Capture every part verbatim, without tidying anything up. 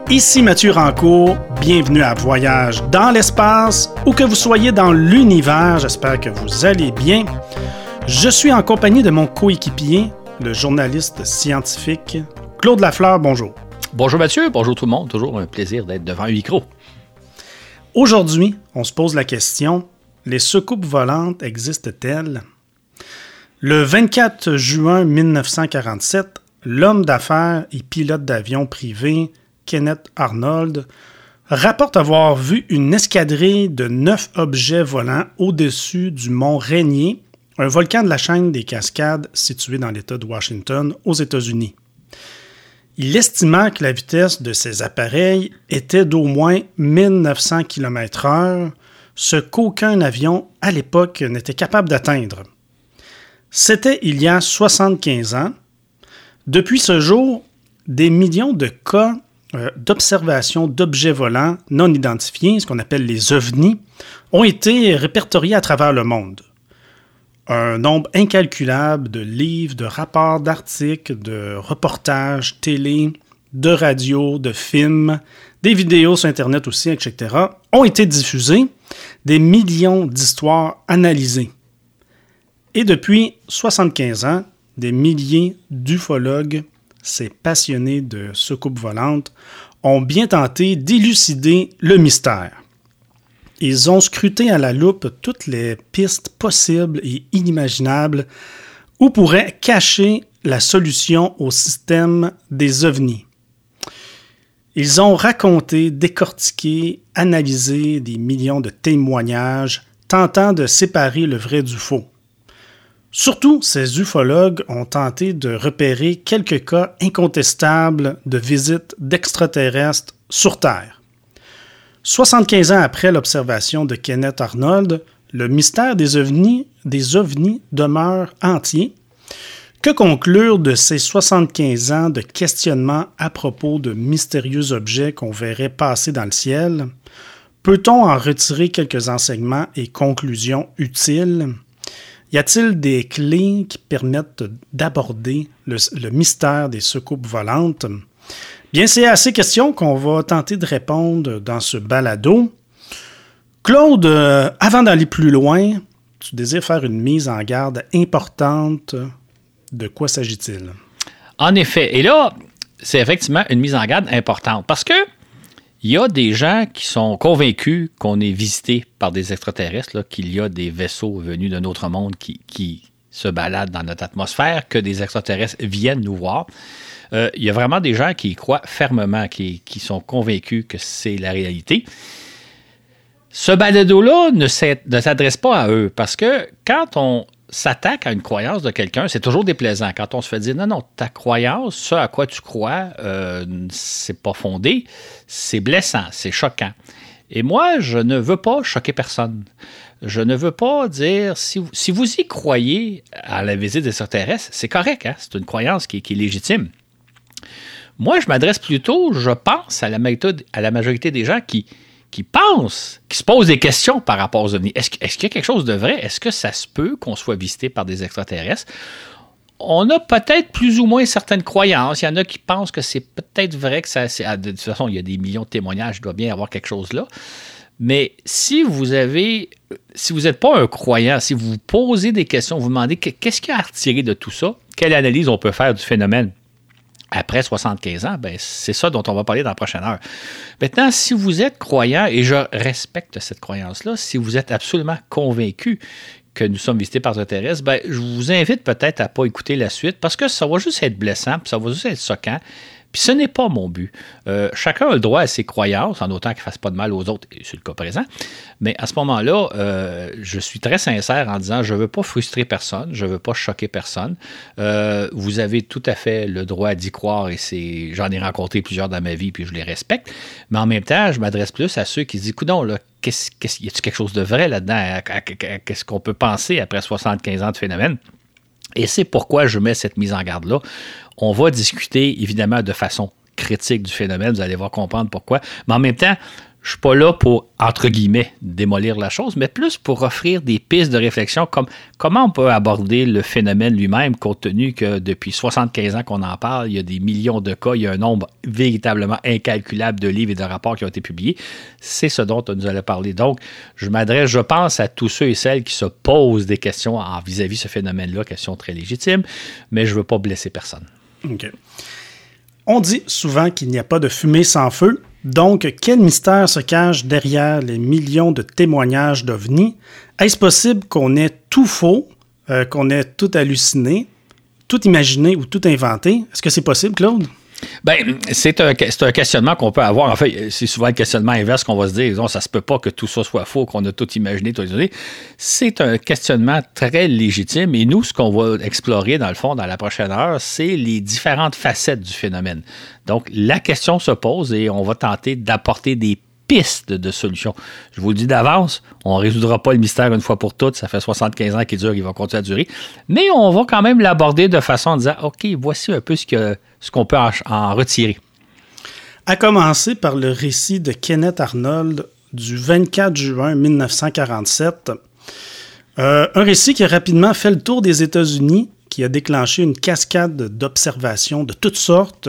Ici Mathieu Rancourt, bienvenue à Voyage dans l'espace, ou que vous soyez dans l'univers, j'espère que vous allez bien. Je suis en compagnie de mon coéquipier, le journaliste scientifique Claude Lafleur, bonjour. Bonjour Mathieu, bonjour tout le monde, toujours un plaisir d'être devant un micro. Aujourd'hui, on se pose la question, les soucoupes volantes existent-elles? Le vingt-quatre juin mille neuf cent quarante-sept, l'homme d'affaires et pilote d'avion privé Kenneth Arnold rapporte avoir vu une escadrille de neuf objets volants au-dessus du mont Rainier, un volcan de la chaîne des Cascades situé dans l'État de Washington, aux États-Unis. Il estima que la vitesse de ces appareils était d'au moins mille neuf cents kilomètres heure, ce qu'aucun avion à l'époque n'était capable d'atteindre. C'était il y a soixante-quinze ans. Depuis ce jour, des millions de cas euh, d'observation d'objets volants non identifiés, ce qu'on appelle les ovnis, ont été répertoriés à travers le monde. Un nombre incalculable de livres, de rapports, d'articles, de reportages, télé, de radio, de films, des vidéos sur Internet aussi, et cetera, ont été diffusés, des millions d'histoires analysées. Et depuis soixante-quinze ans, des milliers d'ufologues, ces passionnés de soucoupes volantes, ont bien tenté d'élucider le mystère. Ils ont scruté à la loupe toutes les pistes possibles et inimaginables où pourrait cacher la solution au système des ovnis. Ils ont raconté, décortiqué, analysé des millions de témoignages, tentant de séparer le vrai du faux. Surtout, ces ufologues ont tenté de repérer quelques cas incontestables de visites d'extraterrestres sur Terre. soixante-quinze ans après l'observation de Kenneth Arnold, le mystère des ovnis, des ovnis demeure entier. Que conclure de ces soixante-quinze ans de questionnements à propos de mystérieux objets qu'on verrait passer dans le ciel? Peut-on en retirer quelques enseignements et conclusions utiles? Y a-t-il des clés qui permettent d'aborder le, le mystère des soucoupes volantes? Bien, c'est à ces questions qu'on va tenter de répondre dans ce balado. Claude, euh, avant d'aller plus loin, tu désires faire une mise en garde importante. De quoi s'agit-il? En effet, et là, c'est effectivement une mise en garde importante parce que il y a des gens qui sont convaincus qu'on est visité par des extraterrestres, là, qu'il y a des vaisseaux venus d'un autre monde qui, qui se baladent dans notre atmosphère, que des extraterrestres viennent nous voir. Euh, il y a vraiment des gens qui y croient fermement, qui, qui sont convaincus que c'est la réalité. Ce balado-là ne, ne s'adresse pas à eux parce que quand on s'attaque à une croyance de quelqu'un, c'est toujours déplaisant. Quand on se fait dire « Non, non, ta croyance, ce à quoi tu crois, euh, c'est pas fondé », c'est blessant, c'est choquant. Et moi, je ne veux pas choquer personne. Je ne veux pas dire... Si vous, si vous y croyez à la visite des extraterrestres, c'est correct, hein? C'est une croyance qui, qui est légitime. Moi, je m'adresse plutôt, je pense, à la majorité, à la majorité des gens qui... qui pensent, qui se posent des questions par rapport aux ovnis. Est-ce, est-ce qu'il y a quelque chose de vrai? Est-ce que ça se peut qu'on soit visité par des extraterrestres? On a peut-être plus ou moins certaines croyances. Il y en a qui pensent que c'est peut-être vrai que ça... C'est, de toute façon, il y a des millions de témoignages, il doit bien y avoir quelque chose là. Mais si vous avez... Si vous n'êtes pas un croyant, si vous vous posez des questions, vous vous demandez qu'est-ce qu'il y a à retirer de tout ça? Quelle analyse on peut faire du phénomène? Après soixante-quinze ans, ben c'est ça dont on va parler dans la prochaine heure. Maintenant, si vous êtes croyant, et je respecte cette croyance-là, si vous êtes absolument convaincu que nous sommes visités par extraterrestres, ben, je vous invite peut-être à ne pas écouter la suite parce que ça va juste être blessant, puis ça va juste être choquant. Puis ce n'est pas mon but. Euh, chacun a le droit à ses croyances, en autant qu'il ne fasse pas de mal aux autres, et c'est le cas présent. Mais à ce moment-là, euh, je suis très sincère en disant je ne veux pas frustrer personne, je ne veux pas choquer personne. Euh, vous avez tout à fait le droit d'y croire, et c'est, j'en ai rencontré plusieurs dans ma vie, puis je les respecte. Mais en même temps, je m'adresse plus à ceux qui se disent coudonc, là, qu'est-ce, qu'est-ce, y a-t-il quelque chose de vrai là-dedans? À, à, à, qu'est-ce qu'on peut penser après soixante-quinze ans de phénomène? Et c'est pourquoi je mets cette mise en garde-là. On va discuter, évidemment, de façon critique du phénomène. Vous allez voir comprendre pourquoi. Mais en même temps, je ne suis pas là pour, entre guillemets, démolir la chose, mais plus pour offrir des pistes de réflexion comme comment on peut aborder le phénomène lui-même, compte tenu que depuis soixante-quinze ans qu'on en parle, il y a des millions de cas, il y a un nombre véritablement incalculable de livres et de rapports qui ont été publiés. C'est ce dont on nous allait parler. Donc, je m'adresse, je pense, à tous ceux et celles qui se posent des questions en vis-à-vis de ce phénomène-là, questions très légitimes, mais je ne veux pas blesser personne. OK. On dit souvent qu'il n'y a pas de fumée sans feu. Donc, quel mystère se cache derrière les millions de témoignages d'ovnis? Est-ce possible qu'on ait tout faux, euh, qu'on ait tout halluciné, tout imaginé ou tout inventé? Est-ce que c'est possible, Claude? Bien, c'est un, c'est un questionnement qu'on peut avoir. En fait, c'est souvent le questionnement inverse qu'on va se dire. Non, ça se peut pas que tout ça soit faux, qu'on a tout imaginé, tout imaginé. C'est un questionnement très légitime. Et nous, ce qu'on va explorer, dans le fond, dans la prochaine heure, c'est les différentes facettes du phénomène. Donc, la question se pose et on va tenter d'apporter des pistes de solutions. Je vous le dis d'avance, on ne résoudra pas le mystère une fois pour toutes. Ça fait soixante-quinze ans qu'il dure, il va continuer à durer. Mais on va quand même l'aborder de façon en disant, OK, voici un peu ce, que, ce qu'on peut en, en retirer. À commencer par le récit de Kenneth Arnold du vingt-quatre juin mille neuf cent quarante-sept. Euh, un récit qui a rapidement fait le tour des États-Unis, qui a déclenché une cascade d'observations de toutes sortes.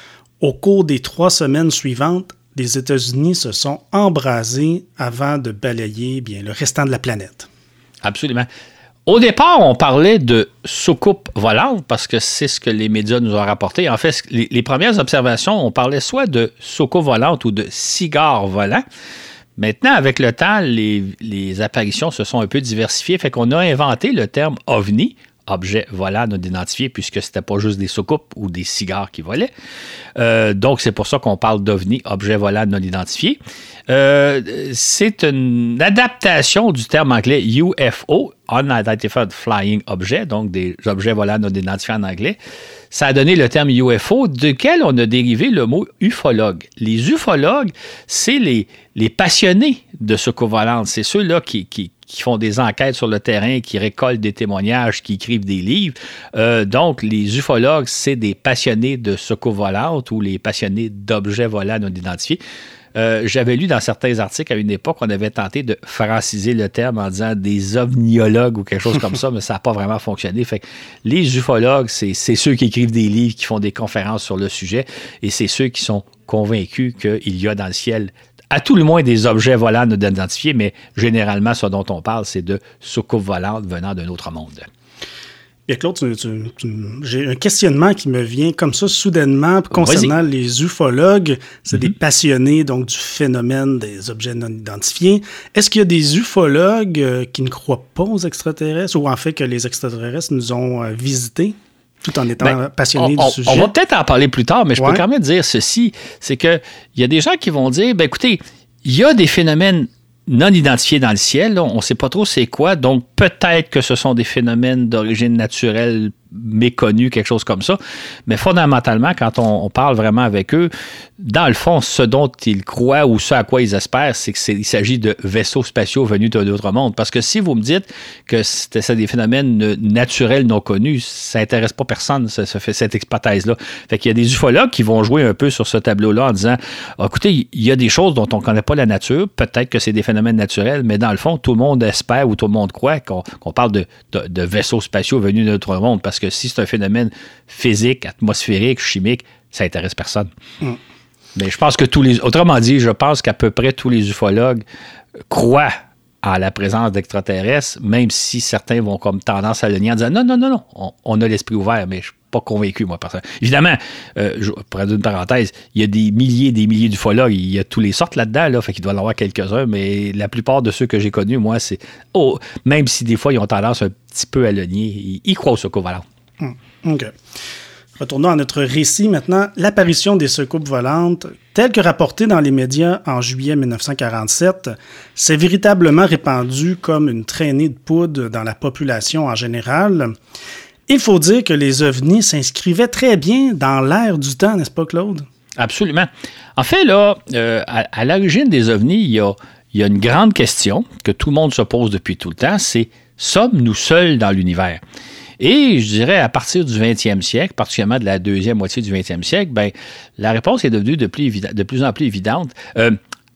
Au cours des trois semaines suivantes, les États-Unis se sont embrasés avant de balayer bien, le restant de la planète. Absolument. Au départ, on parlait de soucoupes volantes parce que c'est ce que les médias nous ont rapporté. En fait, les, les premières observations, on parlait soit de soucoupes volantes ou de cigares volants. Maintenant, avec le temps, les, les apparitions se sont un peu diversifiées. Fait qu'on a inventé le terme OVNI, objet volant non identifié, puisque c'était pas juste des soucoupes ou des cigares qui volaient. Euh, donc, c'est pour ça qu'on parle d'OVNI, objet volant non identifié. Euh, c'est une adaptation du terme anglais U F O, Unidentified Flying Object, donc des objets volants non identifiés en anglais. Ça a donné le terme U F O, duquel on a dérivé le mot ufologue. Les ufologues, c'est les, les passionnés de soucoupes volantes. C'est ceux-là qui, qui qui font des enquêtes sur le terrain, qui récoltent des témoignages, qui écrivent des livres. Euh, donc, les ufologues, c'est des passionnés de soucoupes volantes ou les passionnés d'objets volants non identifiés. Euh, j'avais lu dans certains articles à une époque, on avait tenté de franciser le terme en disant des ovniologues ou quelque chose comme ça, mais ça n'a pas vraiment fonctionné. Fait que les ufologues, c'est, c'est ceux qui écrivent des livres, qui font des conférences sur le sujet, et c'est ceux qui sont convaincus qu'il y a dans le ciel à tout le moins des objets volants non identifiés, mais généralement, ce dont on parle, c'est de soucoupes volantes venant d'un autre monde. Bien, Claude, tu, tu, tu, j'ai un questionnement qui me vient comme ça soudainement concernant Vas-y. Les ufologues. C'est mm-hmm. des passionnés donc du phénomène des objets non identifiés. Est-ce qu'il y a des ufologues euh, qui ne croient pas aux extraterrestres ou en fait que les extraterrestres nous ont euh, visités? Tout en étant ben, passionné on, du sujet. On va peut-être en parler plus tard, mais je ouais. peux quand même dire ceci, c'est qu'il y a des gens qui vont dire, ben écoutez, il y a des phénomènes non identifiés dans le ciel, là, on ne sait pas trop c'est quoi, donc peut-être que ce sont des phénomènes d'origine naturelle méconnus, quelque chose comme ça, mais fondamentalement, quand on, on parle vraiment avec eux, dans le fond, ce dont ils croient ou ce à quoi ils espèrent, c'est qu'il s'agit de vaisseaux spatiaux venus d'un autre monde. Parce que si vous me dites que c'est, c'est des phénomènes naturels non connus, ça n'intéresse pas personne, ça, ça fait cette hypothèse-là. Fait qu'il y a des ufologues qui vont jouer un peu sur ce tableau-là en disant, écoutez, il y a des choses dont on ne connaît pas la nature, peut-être que c'est des phénomènes naturels, mais dans le fond, tout le monde espère ou tout le monde croit qu'on, qu'on parle de, de, de vaisseaux spatiaux venus d'un autre monde. Parce que si c'est un phénomène physique, atmosphérique, chimique, ça n'intéresse personne. Mm. Mais je pense que tous les... Autrement dit, je pense qu'à peu près tous les ufologues croient à la présence d'extraterrestres, même si certains vont comme tendance à le nier en disant « Non, non, non, non, on, on a l'esprit ouvert, mais je ne suis pas convaincu, moi, personnellement. » Évidemment, euh, je, pour dire une parenthèse, il y a des milliers et des milliers d'ufologues, il y a toutes les sortes là-dedans, là, fait qu'il doit y en avoir quelques-uns, mais la plupart de ceux que j'ai connus, moi, c'est... Oh, même si des fois, ils ont tendance un petit peu à le nier, ils, ils croient aux soucoupes volantes. Mmh. OK. Retournons à notre récit maintenant. L'apparition des soucoupes volantes, telle que rapportée dans les médias en juillet mille neuf cent quarante-sept, s'est véritablement répandue comme une traînée de poudre dans la population en général. Il faut dire que les ovnis s'inscrivaient très bien dans l'ère du temps, n'est-ce pas, Claude? Absolument. En fait, là, euh, à, à l'origine des ovnis, il y a, il y a une grande question que tout le monde se pose depuis tout le temps, c'est « sommes-nous seuls dans l'univers ?» Et je dirais, à partir du vingtième siècle, particulièrement de la deuxième moitié du vingtième siècle, ben, la réponse est devenue de plus, évident, de plus en plus évidente. Euh,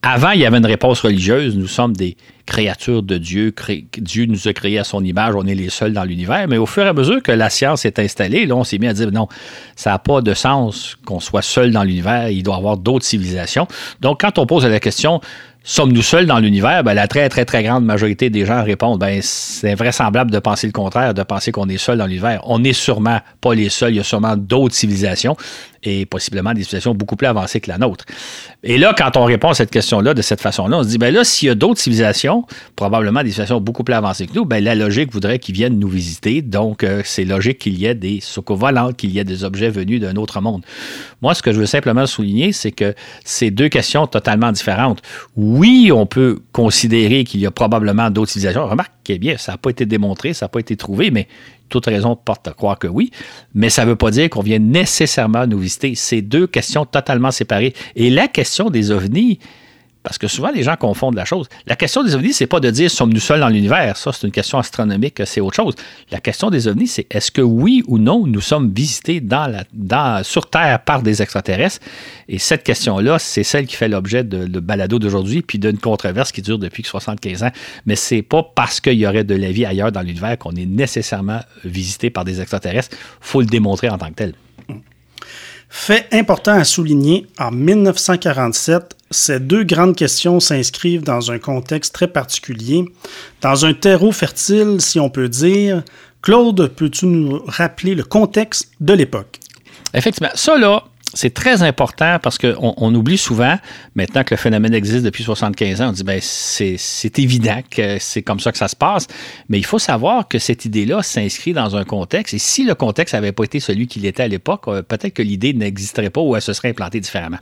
avant, il y avait une réponse religieuse. Nous sommes des créatures de Dieu. Cré... Dieu nous a créés à son image. On est les seuls dans l'univers. Mais au fur et à mesure que la science est installée, là, on s'est mis à dire non, ça n'a pas de sens qu'on soit seul dans l'univers. Il doit y avoir d'autres civilisations. Donc, quand on pose la question, sommes-nous seuls dans l'univers? Ben, la très, très, très grande majorité des gens répondent, ben, c'est invraisemblable de penser le contraire, de penser qu'on est seul dans l'univers. On n'est sûrement pas les seuls. Il y a sûrement d'autres civilisations et possiblement des civilisations beaucoup plus avancées que la nôtre. Et là, quand on répond à cette question-là de cette façon-là, on se dit, ben là, s'il y a d'autres civilisations, probablement des civilisations beaucoup plus avancées que nous, ben la logique voudrait qu'ils viennent nous visiter. Donc, euh, c'est logique qu'il y ait des soucoupes volantes, qu'il y ait des objets venus d'un autre monde. Moi, ce que je veux simplement souligner, c'est que c'est deux questions totalement différentes. Oui, on peut considérer qu'il y a probablement d'autres civilisations. Remarquez bien, ça n'a pas été démontré, ça n'a pas été trouvé, mais toute raison porte à croire que oui, mais ça ne veut pas dire qu'on vient nécessairement nous visiter. C'est deux questions totalement séparées. Et la question des ovnis, parce que souvent les gens confondent la chose, la question des ovnis, c'est pas de dire sommes-nous seuls dans l'univers, ça c'est une question astronomique, c'est autre chose. La question des ovnis, c'est est-ce que oui ou non nous sommes visités dans la, dans, sur Terre par des extraterrestres? Et cette question-là, c'est celle qui fait l'objet de, de balado d'aujourd'hui, puis d'une controverse qui dure depuis soixante-quinze ans. Mais c'est pas parce qu'il y aurait de la vie ailleurs dans l'univers qu'on est nécessairement visité par des extraterrestres. Il faut le démontrer en tant que tel. Fait important à souligner, en mille neuf cent quarante-sept, ces deux grandes questions s'inscrivent dans un contexte très particulier, dans un terreau fertile, si on peut dire. Claude, peux-tu nous rappeler le contexte de l'époque? Effectivement. Ça, là, c'est très important parce qu'on on oublie souvent, maintenant que le phénomène existe depuis soixante-quinze ans, on dit, bien, c'est, c'est évident que c'est comme ça que ça se passe, mais il faut savoir que cette idée-là s'inscrit dans un contexte, et si le contexte n'avait pas été celui qu'il était à l'époque, peut-être que l'idée n'existerait pas ou elle se serait implantée différemment.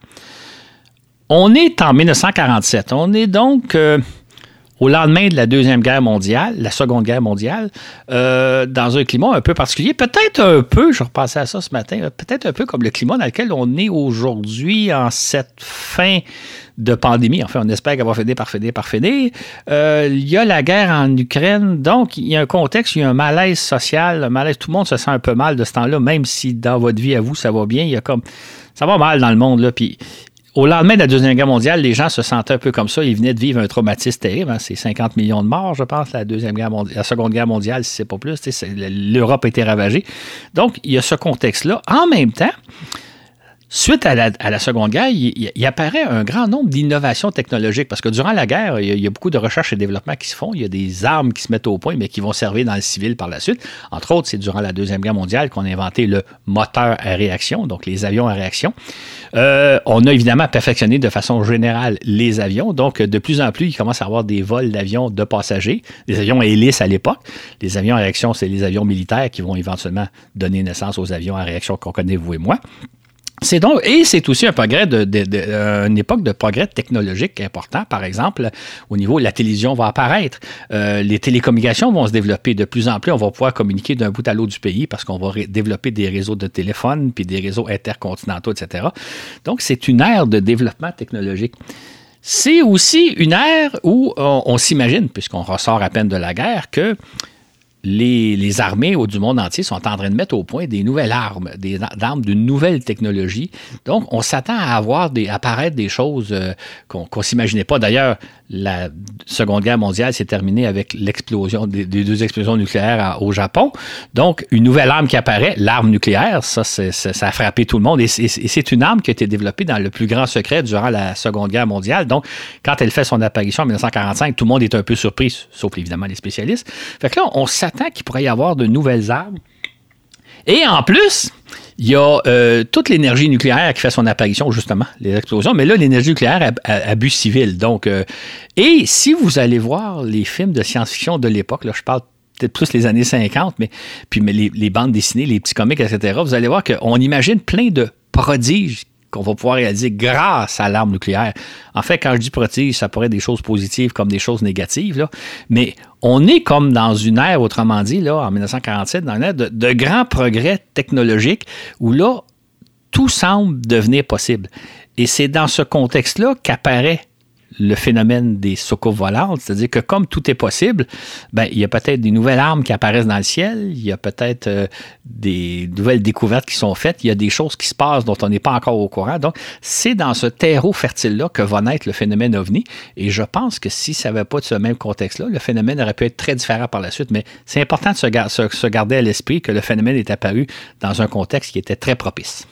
On est en mille neuf cent quarante-sept. On est donc euh, au lendemain de la Deuxième Guerre mondiale, la Seconde Guerre mondiale, euh, dans un climat un peu particulier. Peut-être un peu, je repassais à ça ce matin, peut-être un peu comme le climat dans lequel on est aujourd'hui en cette fin de pandémie. Enfin, on espère qu'elle va finir par finir par finir. Euh, il y a la guerre en Ukraine, donc il y a un contexte, il y a un malaise social, un malaise, tout le monde se sent un peu mal de ce temps-là, même si dans votre vie, à vous, ça va bien. Il y a comme, ça va mal dans le monde, là, puis au lendemain de la Deuxième Guerre mondiale, les gens se sentaient un peu comme ça. Ils venaient de vivre un traumatisme terrible. Hein. C'est cinquante millions de morts, je pense, la Deuxième Guerre mondiale, la Seconde Guerre mondiale, si c'est pas plus. C'est, l'Europe a été ravagée. Donc, il y a ce contexte-là. En même temps, suite à la, à la Seconde Guerre, il, il apparaît un grand nombre d'innovations technologiques parce que durant la guerre, il y, a, il y a beaucoup de recherche et développement qui se font. Il y a des armes qui se mettent au point, mais qui vont servir dans le civil par la suite. Entre autres, c'est durant la Deuxième Guerre mondiale qu'on a inventé le moteur à réaction, donc les avions à réaction. Euh, on a évidemment perfectionné de façon générale les avions. Donc, de plus en plus, il commence à y avoir des vols d'avions de passagers, des avions à hélice à l'époque. Les avions à réaction, c'est les avions militaires qui vont éventuellement donner naissance aux avions à réaction qu'on connaît, vous et moi. C'est donc, et c'est aussi un progrès de, de, de, de, une époque de progrès technologique important. Par exemple, au niveau de la télévision va apparaître. Euh, les télécommunications vont se développer de plus en plus. On va pouvoir communiquer d'un bout à l'autre du pays parce qu'on va ré- développer des réseaux de téléphone puis des réseaux intercontinentaux, et cetera. Donc, c'est une ère de développement technologique. C'est aussi une ère où on, on s'imagine, puisqu'on ressort à peine de la guerre, que Les, les armées du monde entier sont en train de mettre au point des nouvelles armes, des armes d'une nouvelle technologie. Donc, on s'attend à avoir des, à apparaître des choses euh, qu'on ne s'imaginait pas. D'ailleurs, la Seconde Guerre mondiale s'est terminée avec l'explosion des, des deux explosions nucléaires à, au Japon. Donc, une nouvelle arme qui apparaît, l'arme nucléaire, ça, c'est, c'est, ça a frappé tout le monde. Et c'est, et c'est une arme qui a été développée dans le plus grand secret durant la Seconde Guerre mondiale. Donc, quand elle fait son apparition en dix-neuf cent quarante-cinq, tout le monde est un peu surpris, sauf évidemment les spécialistes. Fait que là, on s'attend qu'il pourrait y avoir de nouvelles armes. Et en plus, il y a euh, toute l'énergie nucléaire qui fait son apparition, justement, les explosions. Mais là, l'énergie nucléaire à, à, à but civil. Donc, euh, et si vous allez voir les films de science-fiction de l'époque, là, je parle peut-être plus les années cinquante, mais puis mais les, les bandes dessinées, les petits comics, et cetera, vous allez voir qu'on imagine plein de prodiges qu'on va pouvoir réaliser grâce à l'arme nucléaire. En fait, quand je dis prodige, ça pourrait être des choses positives comme des choses négatives, là. Mais on est comme dans une ère, autrement dit, là, en dix-neuf cent quarante-sept, dans une ère de, de grands progrès technologiques où là, tout semble devenir possible. Et c'est dans ce contexte-là qu'apparaît le phénomène des soucoupes volantes, c'est-à-dire que comme tout est possible, ben, il y a peut-être des nouvelles armes qui apparaissent dans le ciel, il y a peut-être euh, des nouvelles découvertes qui sont faites, il y a des choses qui se passent dont on n'est pas encore au courant. Donc, c'est dans ce terreau fertile-là que va naître le phénomène OVNI. Et je pense que si ça n'avait pas de ce même contexte-là, le phénomène aurait pu être très différent par la suite. Mais c'est important de se, gar- se, se garder à l'esprit que le phénomène est apparu dans un contexte qui était très propice.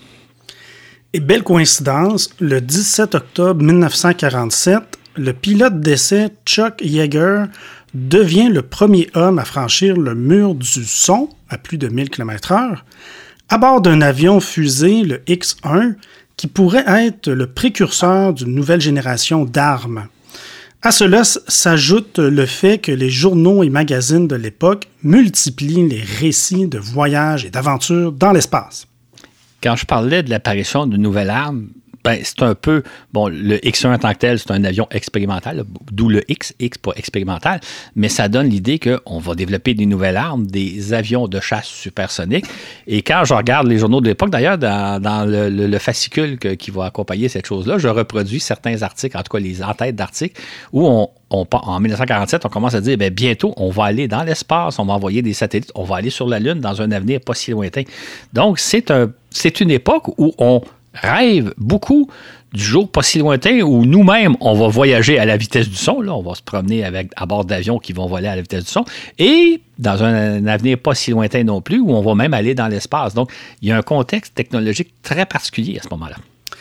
Et belle coïncidence, le dix-sept octobre mille neuf cent quarante-sept, le pilote d'essai Chuck Yeager devient le premier homme à franchir le mur du son à plus de mille kilomètres heure à bord d'un avion fusée, le X un, qui pourrait être le précurseur d'une nouvelle génération d'armes. À cela s'ajoute le fait que les journaux et magazines de l'époque multiplient les récits de voyages et d'aventures dans l'espace. Quand je parlais de l'apparition d'une nouvelle arme, ben, c'est un peu, bon, le X un en tant que tel, c'est un avion expérimental, là, d'où le X, X pas expérimental, mais ça donne l'idée qu'on va développer des nouvelles armes, des avions de chasse supersoniques. Et quand je regarde les journaux de l'époque, d'ailleurs, dans, dans le, le, le fascicule que, qui va accompagner cette chose-là, je reproduis certains articles, en tout cas les en-têtes d'articles, où on, on, en dix-neuf cent quarante-sept, on commence à dire, bien, bientôt, on va aller dans l'espace, on va envoyer des satellites, on va aller sur la Lune dans un avenir pas si lointain. Donc, c'est, un, c'est une époque où on rêve beaucoup du jour pas si lointain où nous-mêmes, on va voyager à la vitesse du son. Là, on va se promener avec, à bord d'avions qui vont voler à la vitesse du son. Et dans un, un avenir pas si lointain non plus, où on va même aller dans l'espace. Donc, il y a un contexte technologique très particulier à ce moment-là.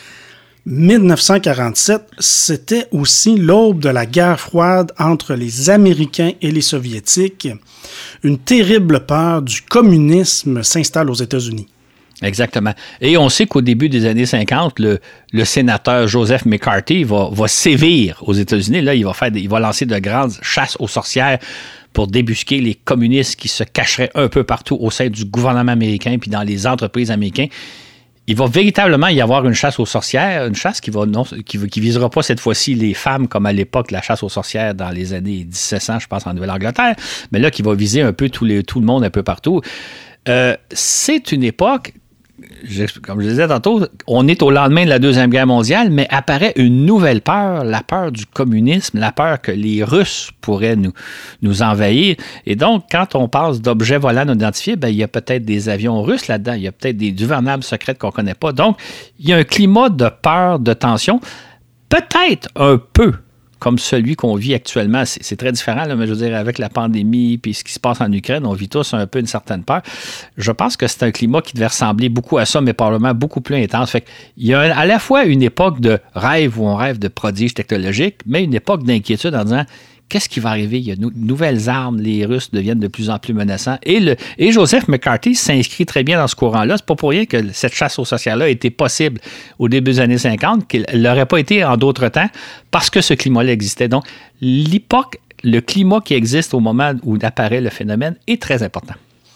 mille neuf cent quarante-sept, c'était aussi l'aube de la guerre froide entre les Américains et les Soviétiques. Une terrible peur du communisme s'installe aux États-Unis. Exactement. Et on sait qu'au début des années cinquante, le, le sénateur Joseph McCarthy va, va sévir aux États-Unis. Là, il va, faire des, il va lancer de grandes chasses aux sorcières pour débusquer les communistes qui se cacheraient un peu partout au sein du gouvernement américain puis dans les entreprises américaines. Il va véritablement y avoir une chasse aux sorcières, une chasse qui va non, qui, qui visera pas cette fois-ci les femmes comme à l'époque la chasse aux sorcières dans les années dix-sept cents, je pense, en Nouvelle-Angleterre, mais là qui va viser un peu tout, les, tout le monde un peu partout. Euh, c'est une époque... Je, comme je disais tantôt, on est au lendemain de la Deuxième Guerre mondiale, mais apparaît une nouvelle peur, la peur du communisme, la peur que les Russes pourraient nous, nous envahir. Et donc, quand on parle d'objets volants non identifiés, ben, il y a peut-être des avions russes là-dedans, il y a peut-être des gouvernables secrètes qu'on ne connaît pas. Donc, il y a un climat de peur, de tension, peut-être un peu comme celui qu'on vit actuellement. C'est, c'est très différent, là, mais je veux dire, avec la pandémie puis ce qui se passe en Ukraine, on vit tous un peu une certaine peur. Je pense que c'est un climat qui devait ressembler beaucoup à ça, mais probablement beaucoup plus intense. Fait qu'il y a à la fois une époque de rêve où on rêve de prodiges technologiques, mais une époque d'inquiétude en disant qu'est-ce qui va arriver? Il y a de nouvelles armes, les Russes deviennent de plus en plus menaçants. Et, le, et Joseph McCarthy s'inscrit très bien dans ce courant-là. C'est pas pour rien que cette chasse aux sorcières-là était possible au début des années cinquante, qu'elle n'aurait pas été en d'autres temps, parce que ce climat-là existait. Donc, l'époque, le climat qui existe au moment où apparaît le phénomène est très important.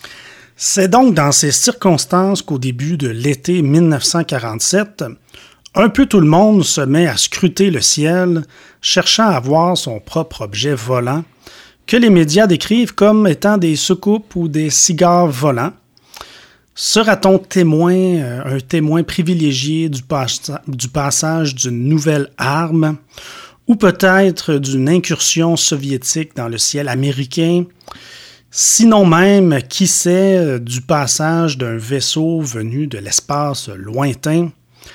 C'est donc dans ces circonstances qu'au début de l'été mille neuf cent quarante-sept, un peu tout le monde se met à scruter le ciel, cherchant à voir son propre objet volant, que les médias décrivent comme étant des soucoupes ou des cigares volants. Sera-t-on témoin, euh, un témoin privilégié du, pas- du passage d'une nouvelle arme, ou peut-être d'une incursion soviétique dans le ciel américain? Sinon même, qui sait, du passage d'un vaisseau venu de l'espace lointain?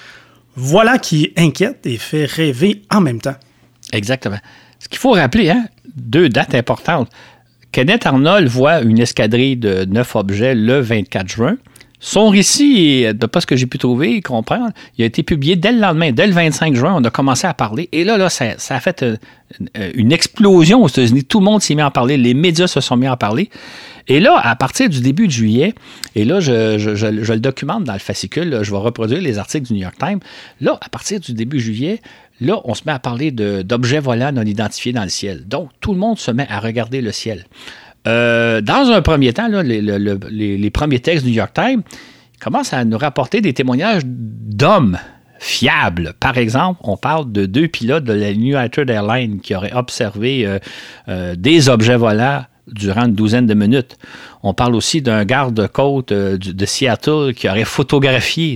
Voilà qui inquiète et fait rêver en même temps. Exactement. Ce qu'il faut rappeler, hein, deux dates importantes. Kenneth Arnold voit une escadrille de neuf objets le vingt-quatre juin. Son récit, de pas ce que j'ai pu trouver, comprendre, il a été publié dès le lendemain, dès le vingt-cinq juin, on a commencé à parler. Et là, là ça, ça a fait une, une explosion aux États-Unis. Tout le monde s'est mis à en parler, les médias se sont mis à en parler. Et là, à partir du début de juillet, et là, je, je, je, je le documente dans le fascicule, là, je vais reproduire les articles du New York Times. Là, à partir du début juillet, là, on se met à parler de, d'objets volants non identifiés dans le ciel. Donc, tout le monde se met à regarder le ciel. Euh, dans un premier temps, là, les, les, les, les premiers textes du New York Times commencent à nous rapporter des témoignages d'hommes fiables. Par exemple, on parle de deux pilotes de la United Airlines qui auraient observé euh, euh, des objets volants durant une douzaine de minutes. On parle aussi d'un garde-côte euh, de Seattle qui aurait photographié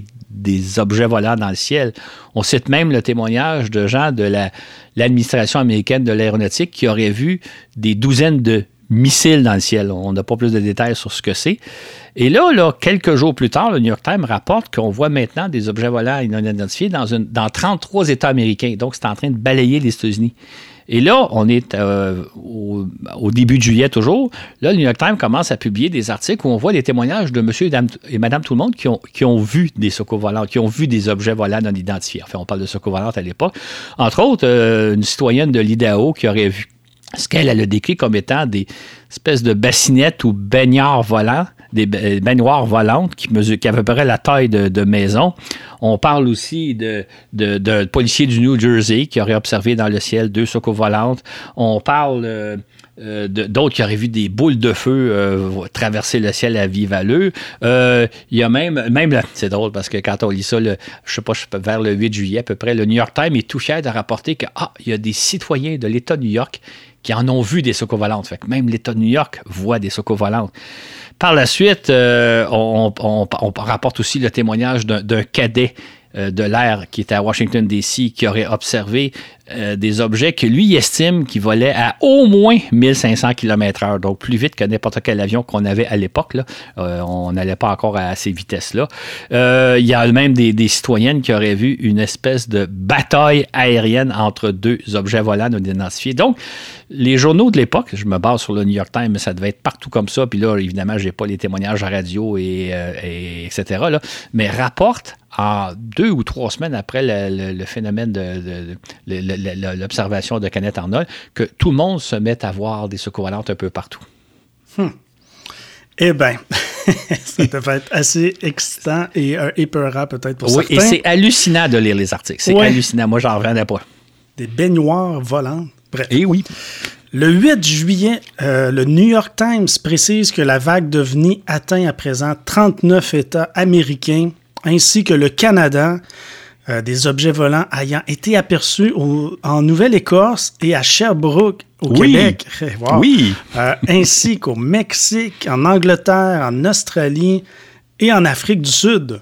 des objets volants dans le ciel. On cite même le témoignage de gens de la, l'administration américaine de l'aéronautique qui auraient vu des douzaines de missiles dans le ciel. On n'a pas plus de détails sur ce que c'est. Et là, là, quelques jours plus tard, le New York Times rapporte qu'on voit maintenant des objets volants non identifiés dans, une, dans trente-trois États américains. Donc, c'est en train de balayer les États-Unis. Et là, on est euh, au, au début de juillet toujours. Là, le New York Times commence à publier des articles où on voit des témoignages de monsieur et, dame, et madame tout le monde qui ont, qui ont vu des secours volants, qui ont vu des objets volants non identifiés. Enfin, on parle de secours volants à l'époque. Entre autres, euh, une citoyenne de l'Idaho qui aurait vu ce qu'elle elle a décrit comme étant des espèces de bassinettes ou baignards volants, des baignoires volantes qui, mesurent, qui avaient à peu près la taille de, de maison. On parle aussi de, de, de policiers du New Jersey qui auraient observé dans le ciel deux secours volantes. On parle euh, euh, de, d'autres qui auraient vu des boules de feu euh, traverser le ciel à vive allure. Euh, il y a même, même c'est drôle parce que quand on lit ça, le, je sais pas, vers le huit juillet à peu près, le New York Times est tout fier de rapporter que ah, il y a des citoyens de l'État de New York qui en ont vu des secours volantes. Fait que même l'État de New York voit des secours volantes. Par la suite, euh, on, on, on rapporte aussi le témoignage d'un, d'un cadet euh, de l'air qui était à Washington, D C, qui aurait observé euh, des objets que lui estime qui volaient à au moins mille cinq cents kilomètres heure, donc plus vite que n'importe quel avion qu'on avait à l'époque. Là. Euh, on n'allait pas encore à ces vitesses-là. Euh, il y a même des, des citoyennes qui auraient vu une espèce de bataille aérienne entre deux objets volants non identifiés. Donc, les journaux de l'époque, je me base sur le New York Times, mais ça devait être partout comme ça. Puis là, évidemment, je n'ai pas les témoignages à radio, et, euh, et etc. Là, mais rapportent en deux ou trois semaines après le, le, le phénomène de, de, de, de, de l'observation de Kenneth Arnold, que tout le monde se met à voir des secours volantes un peu partout. Hmm. Eh bien, ça devait être assez excitant et euh, épeurant peut-être pour oui, certains. Et c'est hallucinant de lire les articles. C'est ouais. hallucinant. Moi, j'en revenais pas. Des baignoires volantes. Bref. Et oui. Le huit juillet, euh, le New York Times précise que la vague d'ovnis atteint à présent trente-neuf États américains, ainsi que le Canada, euh, des objets volants ayant été aperçus au, en Nouvelle-Écosse et à Sherbrooke, au oui. Québec. Wow. Oui. Euh, ainsi qu'au Mexique, en Angleterre, en Australie et en Afrique du Sud.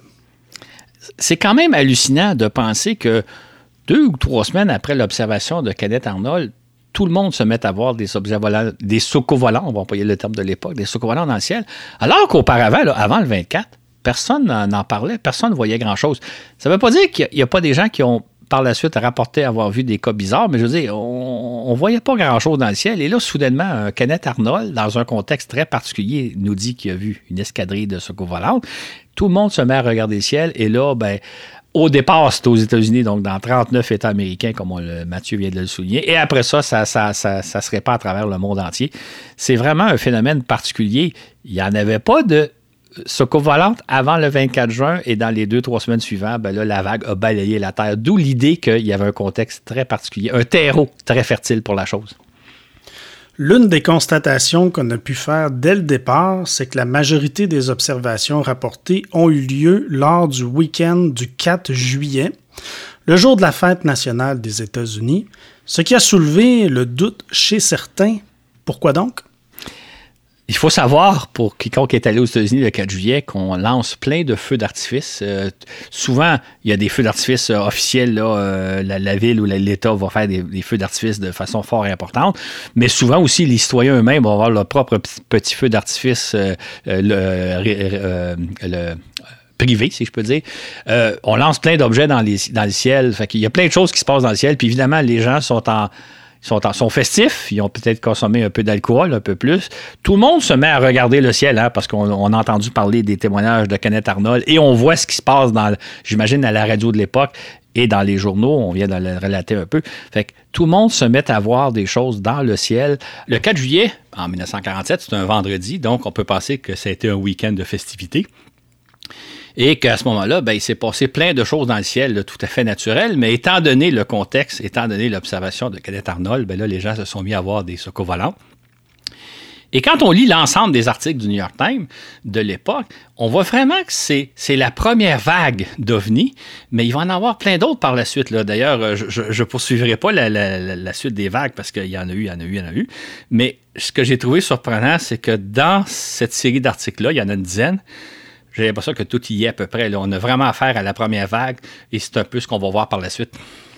C'est quand même hallucinant de penser que deux ou trois semaines après l'observation de Kenneth Arnold, tout le monde se met à voir des objets volants, des secours volants, on va employer le terme de l'époque, des secours volants dans le ciel, alors qu'auparavant, là, avant le vingt-quatre, personne n'en parlait, personne ne voyait grand-chose. Ça ne veut pas dire qu'il n'y a, a pas des gens qui ont par la suite rapporté avoir vu des cas bizarres, mais je veux dire, on ne voyait pas grand-chose dans le ciel. Et là, soudainement, un Kenneth Arnold, dans un contexte très particulier, nous dit qu'il a vu une escadrille de secours volantes. Tout le monde se met à regarder le ciel, et là, ben au départ, c'est aux États-Unis, donc dans trente-neuf États américains, comme on le, Mathieu vient de le souligner. Et après ça, ça, ça, ça, ça se répand à travers le monde entier. C'est vraiment un phénomène particulier. Il n'y en avait pas de secours volantes avant le vingt-quatre juin, et dans les deux, trois semaines suivantes, ben là, la vague a balayé la Terre. D'où l'idée qu'il y avait un contexte très particulier, un terreau très fertile pour la chose. L'une des constatations qu'on a pu faire dès le départ, c'est que la majorité des observations rapportées ont eu lieu lors du week-end du quatre juillet, le jour de la fête nationale des États-Unis, ce qui a soulevé le doute chez certains. Pourquoi donc? Il faut savoir, pour quiconque est allé aux États-Unis le quatre juillet, qu'on lance plein de feux d'artifice. Euh, souvent, il y a des feux d'artifice euh, officiels. Là, euh, la, la ville ou la, l'État va faire des, des feux d'artifice de façon fort importante. Mais souvent aussi, les citoyens eux-mêmes vont avoir leur propre petit, petit feu d'artifice euh, euh, le, euh, le privé, si je peux dire. Euh, on lance plein d'objets dans, les, dans le ciel. Fait qu'il y a plein de choses qui se passent dans le ciel. Puis évidemment, les gens sont en... Ils sont, sont festifs, ils ont peut-être consommé un peu d'alcool, un peu plus. Tout le monde se met à regarder le ciel, hein, parce qu'on on a entendu parler des témoignages de Kenneth Arnold, et on voit ce qui se passe, dans, j'imagine, à la radio de l'époque et dans les journaux. On vient de le relater un peu. Fait que tout le monde se met à voir des choses dans le ciel. Le quatre juillet, en dix-neuf cent quarante-sept, c'est un vendredi, donc on peut penser que ça a été un week-end de festivités. Et qu'à ce moment-là, ben, il s'est passé plein de choses dans le ciel, là, tout à fait naturelles, mais étant donné le contexte, étant donné l'observation de Kenneth Arnold, ben là, les gens se sont mis à voir des secours volants. Et quand on lit l'ensemble des articles du New York Times de l'époque, on voit vraiment que c'est, c'est la première vague d'ovnis, mais il va en avoir plein d'autres par la suite. Là. D'ailleurs, je ne poursuivrai pas la, la, la suite des vagues parce qu'il y en a eu, il y en a eu, il y en a eu. Mais ce que j'ai trouvé surprenant, c'est que dans cette série d'articles-là, il y en a une dizaine, j'ai l'impression que tout y est à peu près. Là. On a vraiment affaire à la première vague et c'est un peu ce qu'on va voir par la suite.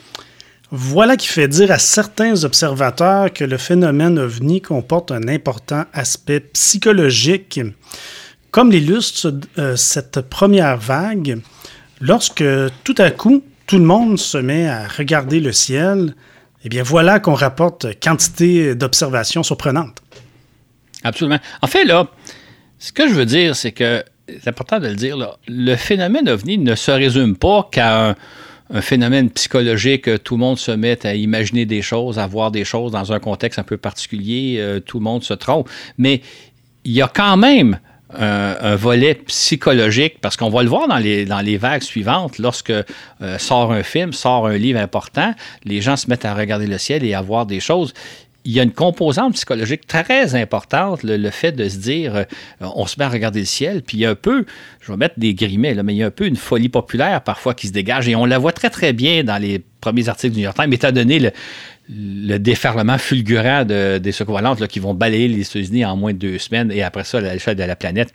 Voilà qui fait dire à certains observateurs que le phénomène ovni comporte un important aspect psychologique. Comme l'illustre euh, cette première vague, lorsque tout à coup, tout le monde se met à regarder le ciel, eh bien voilà qu'on rapporte quantité d'observations surprenantes. Absolument. En fait, là, ce que je veux dire, c'est que, c'est important de le dire, là, le phénomène ovni ne se résume pas qu'à un, un phénomène psychologique, tout le monde se met à imaginer des choses, à voir des choses dans un contexte un peu particulier, euh, tout le monde se trompe, mais il y a quand même Un, un volet psychologique, parce qu'on va le voir dans les, dans les vagues suivantes, lorsque euh, sort un film, sort un livre important, les gens se mettent à regarder le ciel et à voir des choses. Il y a une composante psychologique très importante, le, le fait de se dire, euh, on se met à regarder le ciel, puis il y a un peu, je vais mettre des guillemets, là, mais il y a un peu une folie populaire parfois qui se dégage, et on la voit très très bien dans les premiers articles du New York Times, étant donné le, le déferlement fulgurant de, des secours volantes là, qui vont balayer les États-Unis en moins de deux semaines et après ça, à l'échelle de la planète.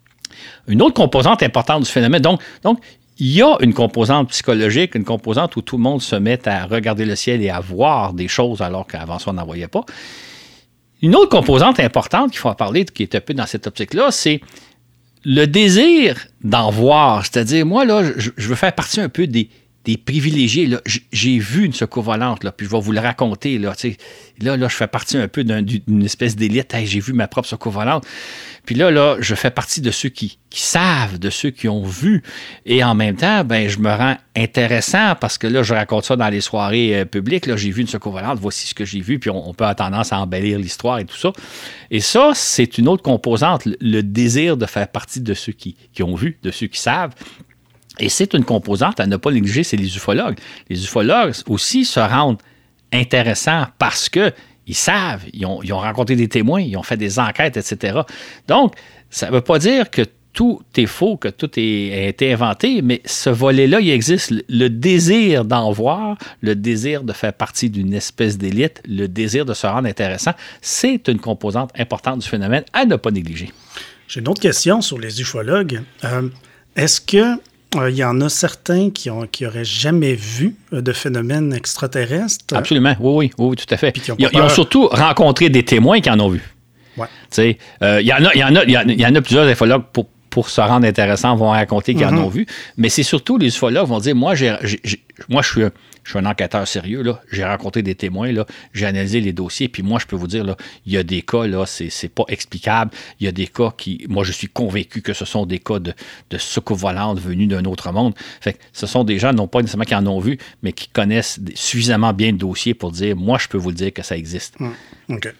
Une autre composante importante du phénomène, donc, donc il y a une composante psychologique, une composante où tout le monde se met à regarder le ciel et à voir des choses alors qu'avant ça, on n'en voyait pas. Une autre composante importante qu'il faut en parler, qui est un peu dans cette optique-là, c'est le désir d'en voir. C'est-à-dire, moi, là, je, je veux faire partie un peu des des privilégiés. Là, j'ai vu une secours volante, là, puis je vais vous le raconter. Là, là, là, je fais partie un peu d'un, d'une espèce d'élite. Hey, j'ai vu ma propre secours volante. Puis là, là, je fais partie de ceux qui, qui savent, de ceux qui ont vu. Et en même temps, ben, je me rends intéressant parce que là, je raconte ça dans les soirées euh, publiques. Là, j'ai vu une secours volante, voici ce que j'ai vu. Puis on, on peut avoir tendance à embellir l'histoire et tout ça. Et ça, c'est une autre composante, le, le désir de faire partie de ceux qui, qui ont vu, de ceux qui savent. Et c'est une composante à ne pas négliger, c'est les ufologues. Les ufologues aussi se rendent intéressants parce qu'ils savent, ils ont, ils ont rencontré des témoins, ils ont fait des enquêtes, et cetera. Donc, ça ne veut pas dire que tout est faux, que tout est, a été inventé, mais ce volet-là, il existe. Le désir d'en voir, le désir de faire partie d'une espèce d'élite, le désir de se rendre intéressant, c'est une composante importante du phénomène à ne pas négliger. J'ai une autre question sur les ufologues. Euh, est-ce que il euh, y en a certains qui ont qui n'auraient jamais vu euh, de phénomènes extraterrestres. Absolument, oui, oui, oui, tout à fait. Ont ils, ils ont surtout rencontré des témoins qui en ont vu. Ouais. Il euh, y, en a, y, en a, y, en a, y en a plusieurs ufologues pour, pour se rendre intéressants vont raconter qu'ils mm-hmm. en ont vu, mais c'est surtout les ufologues vont dire, moi, j'ai, j'ai, moi je suis un Je suis un enquêteur sérieux, là. J'ai rencontré des témoins, là. J'ai analysé les dossiers, puis moi, je peux vous dire, là, il y a des cas, là, c'est, c'est pas explicable. Il y a des cas qui, moi, je suis convaincu que ce sont des cas de, de secours volantes venus d'un autre monde. Fait que ce sont des gens, non pas nécessairement qui en ont vu, mais qui connaissent suffisamment bien le dossier pour dire, moi, je peux vous le dire que ça existe. Mmh. OK.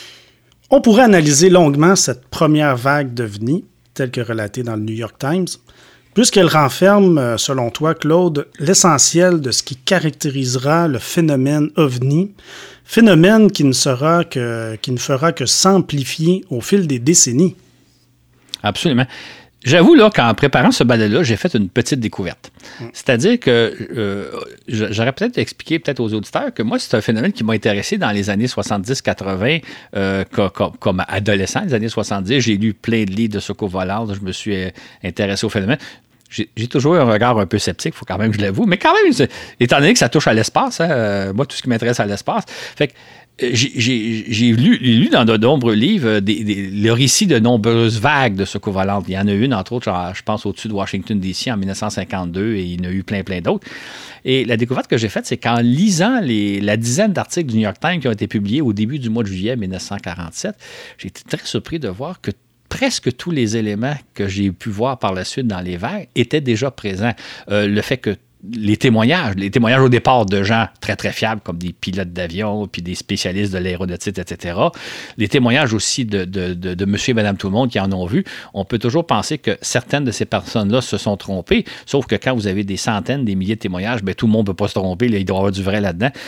On pourrait analyser longuement cette première vague d'ovnis, telle que relatée dans le New York Times, puisqu'elle renferme, selon toi, Claude, l'essentiel de ce qui caractérisera le phénomène ovni, phénomène qui ne sera que, qui ne fera que s'amplifier au fil des décennies. Absolument. J'avoue, là, qu'en préparant ce balai-là, j'ai fait une petite découverte. Mmh. C'est-à-dire que euh, j'aurais peut-être expliqué peut-être aux auditeurs que moi, c'est un phénomène qui m'a intéressé dans les années soixante-dix quatre-vingt, euh, comme, comme adolescent, les années soixante-dix. J'ai lu plein de livres de secours volantes, je me suis intéressé au phénomène. J'ai, j'ai toujours eu un regard un peu sceptique, il faut quand même que je l'avoue, mais quand même, étant donné que ça touche à l'espace, hein, euh, moi, tout ce qui m'intéresse à l'espace, fait que J'ai, j'ai, j'ai lu, lu dans de nombreux livres des, des, le récit de nombreuses vagues de secours volantes. Il y en a une, entre autres, genre, je pense, au-dessus de Washington, D C en dix-neuf cent cinquante-deux, et il y en a eu plein, plein d'autres. Et la découverte que j'ai faite, c'est qu'en lisant les, la dizaine d'articles du New York Times qui ont été publiés au début du mois de juillet dix-neuf cent quarante-sept, j'ai été très surpris de voir que presque tous les éléments que j'ai pu voir par la suite dans les vagues étaient déjà présents. Euh, le fait que les témoignages, les témoignages au départ de gens très, très fiables, comme des pilotes d'avion, puis des spécialistes de l'aéronautique, et cetera. Les témoignages aussi de, de, de, de monsieur et madame tout le monde qui en ont vu. On peut toujours penser que certaines de ces personnes-là se sont trompées, sauf que quand vous avez des centaines, des milliers de témoignages, bien, tout le monde ne peut pas se tromper, là, il doit y avoir du vrai là-dedans.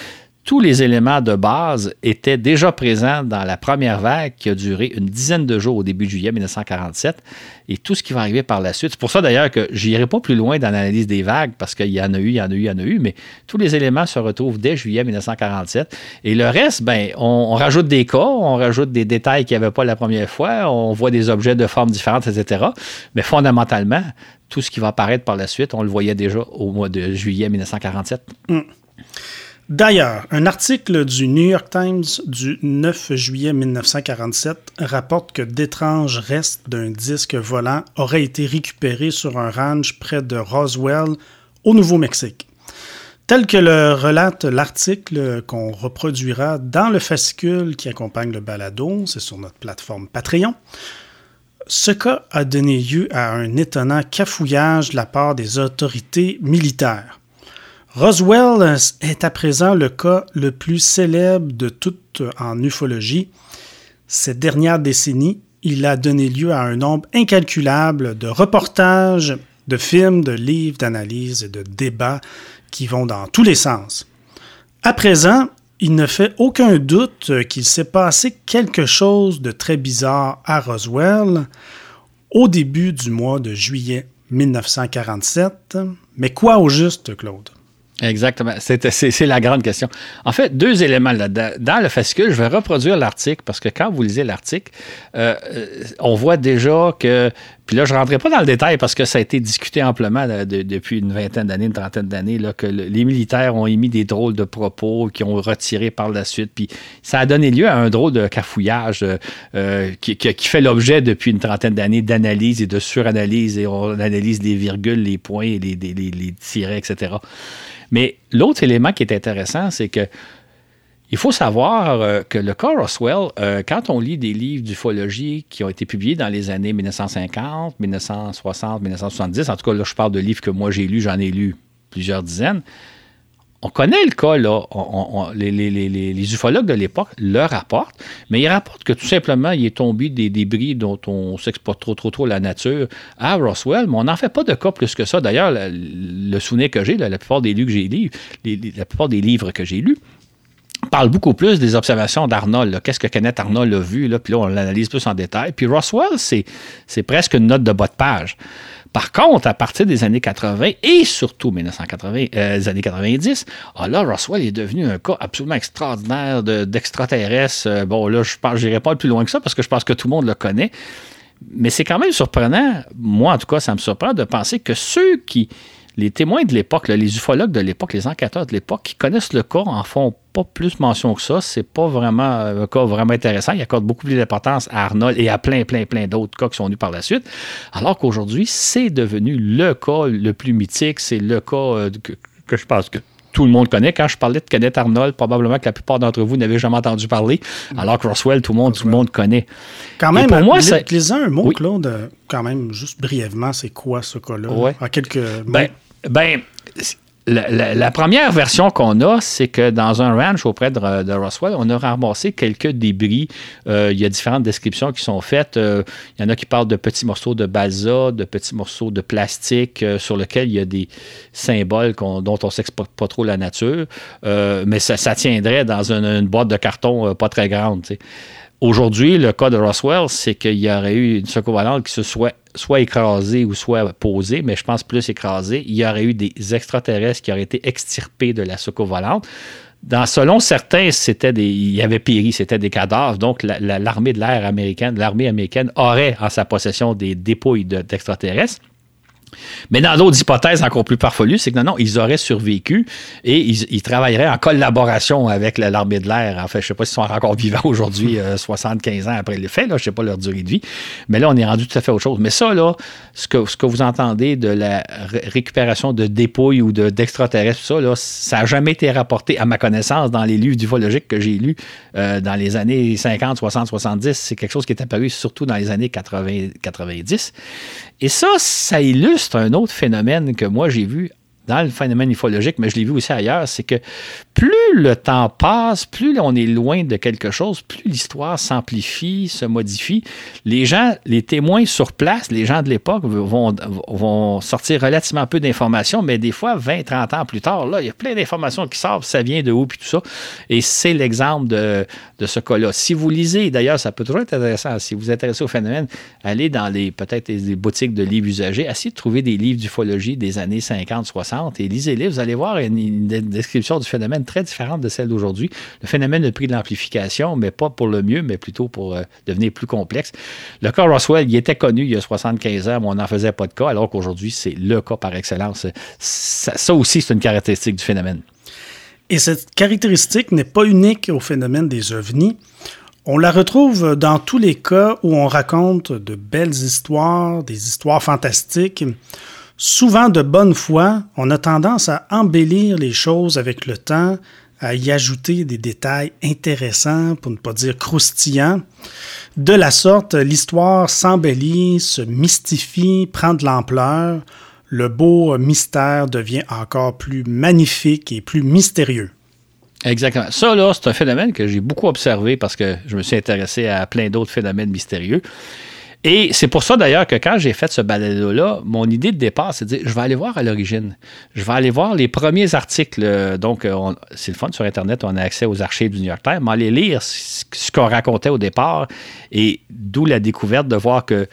tous les éléments de base étaient déjà présents dans la première vague qui a duré une dizaine de jours au début de juillet mille neuf cent quarante-sept et tout ce qui va arriver par la suite. C'est pour ça d'ailleurs que je n'irai pas plus loin dans l'analyse des vagues parce qu'il y en a eu, il y en a eu, il y en a eu, mais tous les éléments se retrouvent dès juillet mille neuf cent quarante-sept. Et le reste, ben, on, on rajoute des cas, on rajoute des détails qu'il n'y avait pas la première fois, on voit des objets de formes différentes, et cetera. Mais fondamentalement, tout ce qui va apparaître par la suite, on le voyait déjà au mois de juillet mille neuf cent quarante-sept. Mm. D'ailleurs, un article du New York Times du neuf juillet mille neuf cent quarante-sept rapporte que d'étranges restes d'un disque volant auraient été récupérés sur un ranch près de Roswell, au Nouveau-Mexique. Tel que le relate l'article qu'on reproduira dans le fascicule qui accompagne le balado, c'est sur notre plateforme Patreon, ce cas a donné lieu à un étonnant cafouillage de la part des autorités militaires. Roswell est à présent le cas le plus célèbre de toute en ufologie. Cette dernière décennie, il a donné lieu à un nombre incalculable de reportages, de films, de livres, d'analyses et de débats qui vont dans tous les sens. À présent, il ne fait aucun doute qu'il s'est passé quelque chose de très bizarre à Roswell au début du mois de juillet mille neuf cent quarante-sept. Mais quoi au juste, Claude? Exactement. C'est, c'est, c'est la grande question. En fait, deux éléments là-dedans. Dans le fascicule, je vais reproduire l'article parce que quand vous lisez l'article, euh, on voit déjà que... Puis là, je ne rentrerai pas dans le détail parce que ça a été discuté amplement là, de, depuis une vingtaine d'années, une trentaine d'années, là, que le, les militaires ont émis des drôles de propos qui ont retiré par la suite. Puis ça a donné lieu à un drôle de cafouillage euh, qui, qui, qui fait l'objet depuis une trentaine d'années d'analyse et de suranalyse. Et on analyse les virgules, les points, les, les, les, les tirets, et cetera. Mais l'autre élément qui est intéressant, c'est que il faut savoir euh, que le cas Roswell, euh, quand on lit des livres d'ufologie qui ont été publiés dans les années mille neuf cent cinquante, mille neuf cent soixante, mille neuf cent soixante-dix, en tout cas, là, je parle de livres que moi j'ai lus, j'en ai lu plusieurs dizaines, on connaît le cas, là, on, on, les, les, les, les ufologues de l'époque le rapportent, mais ils rapportent que tout simplement, il est tombé des débris dont on ne sait pas trop, trop, trop la nature à Roswell, mais on n'en fait pas de cas plus que ça. D'ailleurs, le, le souvenir que j'ai, là, la plupart des livres que j'ai lus, les, les, la plupart des livres que j'ai lus, parle beaucoup plus des observations d'Arnold. Là. Qu'est-ce que Kenneth Arnold a vu? Là? Puis là, on l'analyse plus en détail. Puis Roswell, c'est, c'est presque une note de bas de page. Par contre, à partir des années quatre-vingts et surtout mille neuf cent quatre-vingts, euh, les années quatre-vingt-dix, ah là, Roswell est devenu un cas absolument extraordinaire de, d'extraterrestres. Euh, bon, là, je ne j'irai pas plus loin que ça parce que je pense que tout le monde le connaît. Mais c'est quand même surprenant, moi en tout cas, ça me surprend de penser que ceux qui... Les témoins de l'époque, là, les ufologues de l'époque, les enquêteurs de l'époque qui connaissent le cas en font pas plus mention que ça. C'est pas vraiment un cas vraiment intéressant. Ils accordent beaucoup plus d'importance à Arnold et à plein, plein, plein d'autres cas qui sont venus par la suite. Alors qu'aujourd'hui, c'est devenu le cas le plus mythique. C'est le cas euh, que, que je pense que tout le monde connaît. Quand je parlais de Kenneth Arnold, probablement que la plupart d'entre vous n'avaient jamais entendu parler, alors que Roswell, tout le monde, tout le monde connaît. Quand même, pour moi, c'est... lisez un mot, oui. Claude, quand même, juste brièvement, c'est quoi ce cas-là? Ouais. En quelques mots. Ben, ben la, la, la première version qu'on a, c'est que dans un ranch auprès de, de Roswell, on a ramassé quelques débris. Euh, il y a différentes descriptions qui sont faites. Euh, il y en a qui parlent de petits morceaux de balsa, de petits morceaux de plastique euh, sur lesquels il y a des symboles qu'on, dont on ne sait pas trop la nature. Euh, mais ça, ça tiendrait dans une, une boîte de carton euh, pas très grande, tu sais. Aujourd'hui, le cas de Roswell, c'est qu'il y aurait eu une soucoupe volante qui se soit, soit écrasée ou soit posée, mais je pense plus écrasée. Il y aurait eu des extraterrestres qui auraient été extirpés de la soucoupe volante. Dans, selon certains, c'était des, il y avait péri, c'était des cadavres. Donc, la, la, l'armée de l'air américaine, l'armée américaine aurait en sa possession des dépouilles de, d'extraterrestres. Mais dans d'autres hypothèses encore plus farfelues, c'est que non, non, ils auraient survécu et ils, ils travailleraient en collaboration avec l'armée de l'air. En fait, je ne sais pas s'ils sont encore vivants aujourd'hui, euh, soixante-quinze ans après les faits, là, je ne sais pas leur durée de vie. Mais là, on est rendu tout à fait autre chose. Mais ça, là, ce que, ce que vous entendez de la ré- récupération de dépouilles ou de, d'extraterrestres, tout ça, là, ça n'a jamais été rapporté, à ma connaissance, dans les livres d'ufologique que j'ai lus euh, dans les années cinquante, soixante, soixante-dix. C'est quelque chose qui est apparu surtout dans les années quatre-vingts, quatre-vingt-dix. Et ça, ça illustre un autre phénomène que moi j'ai vu dans le phénomène ufologique, mais je l'ai vu aussi ailleurs, c'est que plus le temps passe, plus on est loin de quelque chose, plus l'histoire s'amplifie, se modifie. Les gens, les témoins sur place, les gens de l'époque vont, vont sortir relativement peu d'informations, mais des fois, vingt, trente ans plus tard, là, il y a plein d'informations qui sortent, ça vient de où, puis tout ça. Et c'est l'exemple de, de ce cas-là. Si vous lisez, d'ailleurs, ça peut toujours être intéressant, si vous vous intéressez au phénomène, allez dans les peut-être les boutiques de livres usagés, essayez de trouver des livres d'ufologie des années cinquante, soixante, et lisez-les, vous allez voir une, une description du phénomène très différente de celle d'aujourd'hui. Le phénomène a pris de l'amplification, mais pas pour le mieux, mais plutôt pour euh, devenir plus complexe. Le cas Roswell, il était connu il y a soixante-quinze ans, mais on n'en faisait pas de cas, alors qu'aujourd'hui, c'est le cas par excellence. Ça, ça aussi, c'est une caractéristique du phénomène. Et cette caractéristique n'est pas unique au phénomène des ovnis. On la retrouve dans tous les cas où on raconte de belles histoires, des histoires fantastiques. Souvent de bonne foi, on a tendance à embellir les choses avec le temps, à y ajouter des détails intéressants, pour ne pas dire croustillants. De la sorte, l'histoire s'embellit, se mystifie, prend de l'ampleur. Le beau mystère devient encore plus magnifique et plus mystérieux. Exactement. Ça, là, c'est un phénomène que j'ai beaucoup observé parce que je me suis intéressé à plein d'autres phénomènes mystérieux. Et c'est pour ça, d'ailleurs, que quand j'ai fait ce balado-là, mon idée de départ, c'est de dire, je vais aller voir à l'origine. Je vais aller voir les premiers articles. Donc, on, c'est le fun sur Internet, on a accès aux archives du New York Times, mais aller lire ce qu'on racontait au départ et d'où la découverte de voir que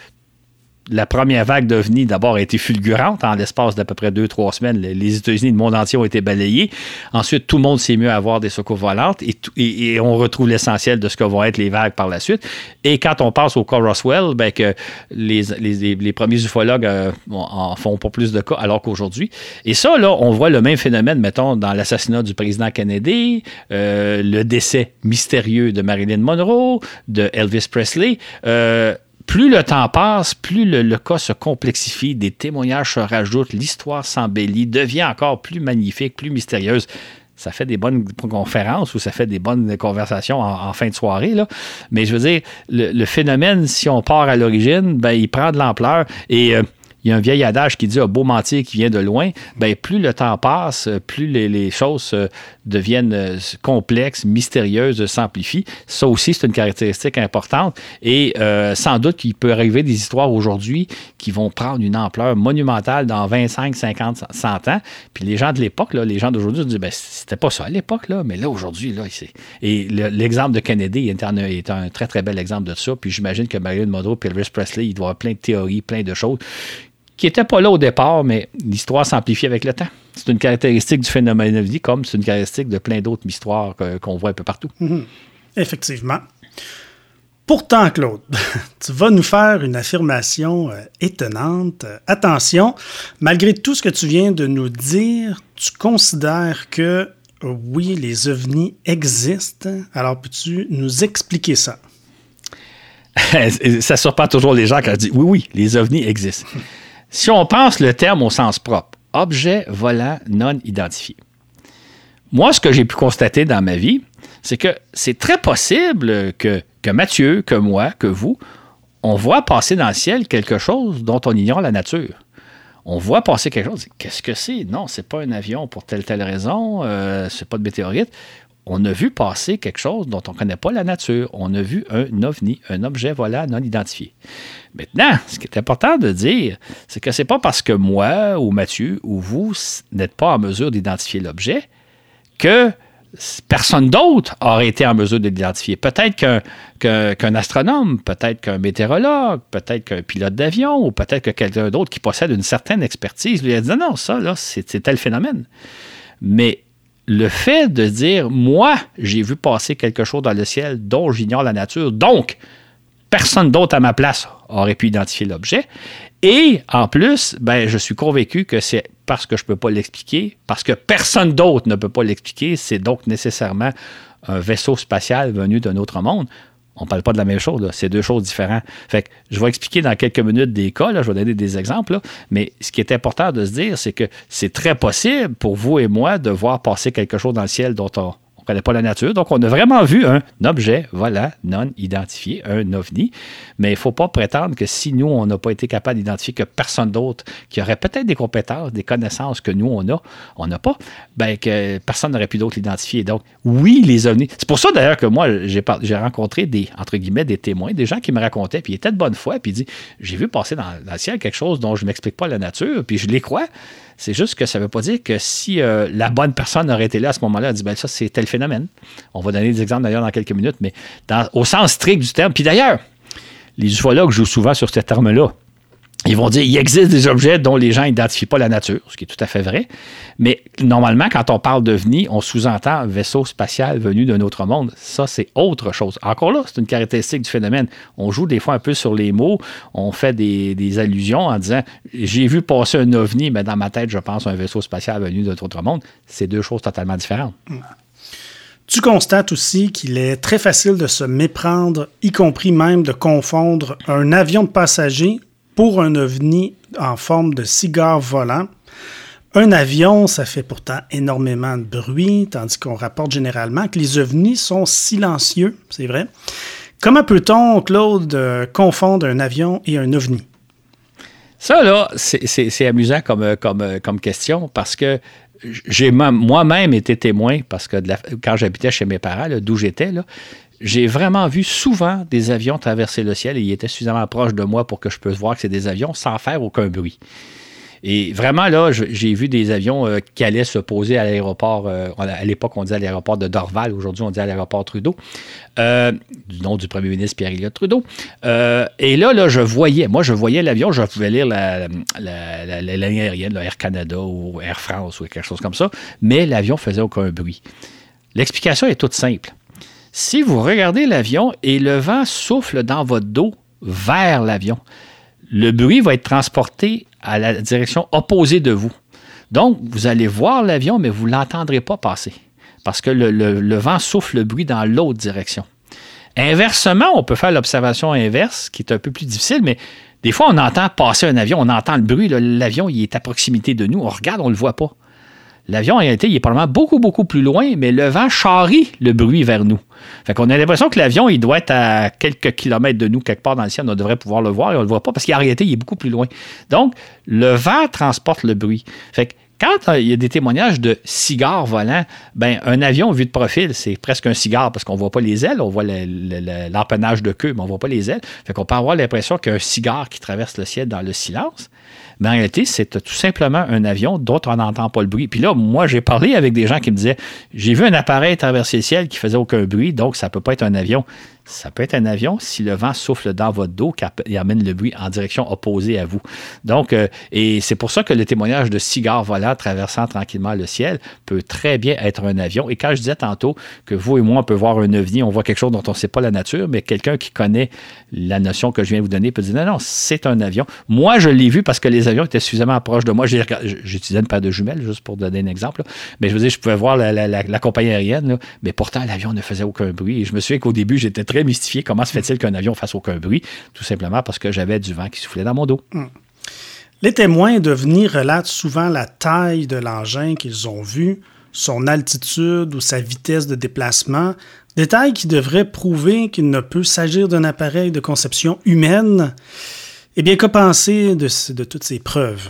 la première vague d'ovnis, d'abord, a été fulgurante. En l'espace d'à peu près deux, trois semaines, les États-Unis et le monde entier ont été balayés. Ensuite, tout le monde s'est mis à avoir des secours volantes et, et, et on retrouve l'essentiel de ce que vont être les vagues par la suite. Et quand on passe au cas Roswell, ben que les, les, les premiers ufologues euh, en font pas plus de cas alors qu'aujourd'hui. Et ça, là, on voit le même phénomène, mettons, dans l'assassinat du président Kennedy, euh, le décès mystérieux de Marilyn Monroe, de Elvis Presley. Euh, Plus le temps passe, plus le, le cas se complexifie, des témoignages se rajoutent, l'histoire s'embellit, devient encore plus magnifique, plus mystérieuse. Ça fait des bonnes conférences ou ça fait des bonnes conversations en, en fin de soirée, là. Mais je veux dire, le, le phénomène, si on part à l'origine, ben, il prend de l'ampleur et... Euh, il y a un vieil adage qui dit « un beau mentir qui vient de loin ». Bien, plus le temps passe, plus les, les choses deviennent complexes, mystérieuses, s'amplifient. Ça aussi, c'est une caractéristique importante. Et euh, sans doute qu'il peut arriver des histoires aujourd'hui qui vont prendre une ampleur monumentale dans vingt-cinq, cinquante, cent ans. Puis les gens de l'époque, là, les gens d'aujourd'hui, disent ben, « c'était pas ça à l'époque, là, mais là, aujourd'hui, là, c'est... » Et le, l'exemple de Kennedy est un, est un très, très bel exemple de ça. Puis j'imagine que Marilyn Monroe et Elvis Presley, il doit y avoir plein de théories, plein de choses qui n'étaient pas là au départ, mais l'histoire s'amplifie avec le temps. C'est une caractéristique du phénomène ovni, comme c'est une caractéristique de plein d'autres histoires que, qu'on voit un peu partout. Mmh. Effectivement. Pourtant, Claude, tu vas nous faire une affirmation euh, étonnante. Attention, malgré tout ce que tu viens de nous dire, tu considères que, euh, oui, les ovnis existent. Alors, peux-tu nous expliquer ça? Ça surprend toujours les gens quand je dis « oui, oui, les ovnis existent ». Si on pense le terme au sens propre, objet volant non identifié. Moi, ce que j'ai pu constater dans ma vie, c'est que c'est très possible que, que Mathieu, que moi, que vous, on voit passer dans le ciel quelque chose dont on ignore la nature. On voit passer quelque chose. Qu'est-ce que c'est? Non, c'est pas un avion pour telle telle raison, euh, c'est pas de météorite. On a vu passer quelque chose dont on ne connaît pas la nature. On a vu un ovni, un objet volant non identifié. Maintenant, ce qui est important de dire, c'est que ce n'est pas parce que moi ou Mathieu ou vous n'êtes pas en mesure d'identifier l'objet que personne d'autre aurait été en mesure de l'identifier. Peut-être qu'un, qu'un, qu'un astronome, peut-être qu'un météorologue, peut-être qu'un pilote d'avion ou peut-être que quelqu'un d'autre qui possède une certaine expertise lui a dit « non, ça, là, c'est, c'est tel phénomène ». Mais le fait de dire « moi, j'ai vu passer quelque chose dans le ciel dont j'ignore la nature, donc personne d'autre à ma place aurait pu identifier l'objet ». Et en plus, ben, je suis convaincu que c'est parce que je ne peux pas l'expliquer, parce que personne d'autre ne peut pas l'expliquer, c'est donc nécessairement un vaisseau spatial venu d'un autre monde. On ne parle pas de la même chose, là. C'est deux choses différentes. Fait que je vais expliquer dans quelques minutes des cas, là, je vais donner des exemples, là. Mais ce qui est important de se dire, c'est que c'est très possible pour vous et moi de voir passer quelque chose dans le ciel dont on On ne connaît pas la nature. Donc, on a vraiment vu un objet volant non identifié, un ovni. Mais il ne faut pas prétendre que si nous, on n'a pas été capable d'identifier que personne d'autre qui aurait peut-être des compétences, des connaissances que nous, on a, on n'a pas, bien que personne n'aurait pu d'autre l'identifier. Donc, oui, les ovnis. C'est pour ça, d'ailleurs, que moi, j'ai, par... j'ai rencontré des, entre guillemets, des témoins, des gens qui me racontaient, puis ils étaient de bonne foi, puis ils disent, j'ai vu passer dans, dans le ciel quelque chose dont je ne m'explique pas la nature, puis je les crois. C'est juste que ça ne veut pas dire que si euh, la bonne personne aurait été là à ce moment-là, elle dit, bien, ça, c'est tel phénomène. On va donner des exemples d'ailleurs dans quelques minutes, mais dans, au sens strict du terme. Puis d'ailleurs, les ufologues jouent souvent sur ce terme-là. Ils vont dire, il existe des objets dont les gens n'identifient pas la nature, ce qui est tout à fait vrai. Mais normalement, quand on parle d'ovni, on sous-entend un vaisseau spatial venu d'un autre monde. Ça, c'est autre chose. Encore là, c'est une caractéristique du phénomène. On joue des fois un peu sur les mots. On fait des, des allusions en disant, j'ai vu passer un ovni, mais dans ma tête, je pense à un vaisseau spatial venu d'un autre monde. C'est deux choses totalement différentes. Tu constates aussi qu'il est très facile de se méprendre, y compris même de confondre un avion de passagers pour un ovni en forme de cigare volant. Un avion, ça fait pourtant énormément de bruit, tandis qu'on rapporte généralement que les ovnis sont silencieux, c'est vrai. Comment peut-on, Claude, euh, confondre un avion et un ovni? Ça, là, c'est, c'est, c'est amusant comme, comme, comme question parce que j'ai moi-même été témoin, parce que de la, quand j'habitais chez mes parents, là, d'où j'étais, là, j'ai vraiment vu souvent des avions traverser le ciel et ils étaient suffisamment proches de moi pour que je puisse voir que c'est des avions sans faire aucun bruit. Et vraiment, là, j'ai vu des avions euh, qui allaient se poser à l'aéroport. Euh, à l'époque, on disait à l'aéroport de Dorval. Aujourd'hui, on dit à l'aéroport Trudeau. Euh, du nom du premier ministre Pierre-Éliott Trudeau. Euh, et là, là, je voyais, moi, je voyais l'avion. Je pouvais lire la, la, la, la ligne aérienne, là, Air Canada ou Air France ou quelque chose comme ça. Mais l'avion faisait aucun bruit. L'explication est toute simple. Si vous regardez l'avion et le vent souffle dans votre dos vers l'avion, le bruit va être transporté à la direction opposée de vous. Donc, vous allez voir l'avion, mais vous ne l'entendrez pas passer parce que le, le, le vent souffle le bruit dans l'autre direction. Inversement, on peut faire l'observation inverse, qui est un peu plus difficile, mais des fois, on entend passer un avion, on entend le bruit, là, l'avion il est à proximité de nous, on regarde, on ne le voit pas. L'avion, en réalité, il est probablement beaucoup, beaucoup plus loin, mais le vent charrie le bruit vers nous. Fait qu'on a l'impression que l'avion, il doit être à quelques kilomètres de nous, quelque part dans le ciel. On devrait pouvoir le voir et on ne le voit pas parce qu'en réalité, il est beaucoup plus loin. Donc, le vent transporte le bruit. Fait que quand il y a des témoignages de cigares volants, ben un avion vu de profil, c'est presque un cigare parce qu'on ne voit pas les ailes, on voit le, le, l'empennage de queue, mais on ne voit pas les ailes. Fait qu'on peut avoir l'impression qu'il y a un cigare qui traverse le ciel dans le silence. Mais en réalité, c'est tout simplement un avion dont on n'entend pas le bruit. Puis là, moi, j'ai parlé avec des gens qui me disaient « J'ai vu un appareil traverser le ciel qui faisait aucun bruit, donc ça ne peut pas être un avion. » Ça peut être un avion si le vent souffle dans votre dos et amène le bruit en direction opposée à vous. Donc, euh, et c'est pour ça que le témoignage de cigares volants traversant tranquillement le ciel peut très bien être un avion. Et quand je disais tantôt que vous et moi, on peut voir un ovni, on voit quelque chose dont on ne sait pas la nature, mais quelqu'un qui connaît la notion que je viens de vous donner peut dire non, non, c'est un avion. Moi, je l'ai vu parce que les avions étaient suffisamment proches de moi. J'ai, j'utilisais une paire de jumelles, juste pour donner un exemple. Là. Mais je veux dire, je pouvais voir la, la, la, la compagnie aérienne, là, mais pourtant, l'avion ne faisait aucun bruit. Et je me souviens qu'au début, j'étais très mystifié. Comment se fait-il qu'un avion fasse aucun bruit? Tout simplement parce que j'avais du vent qui soufflait dans mon dos. Hum. Les témoins d'ovnis relatent souvent la taille de l'engin qu'ils ont vu, son altitude ou sa vitesse de déplacement, détails qui devraient prouver qu'il ne peut s'agir d'un appareil de conception humaine. Eh bien, que penser de, de toutes ces preuves?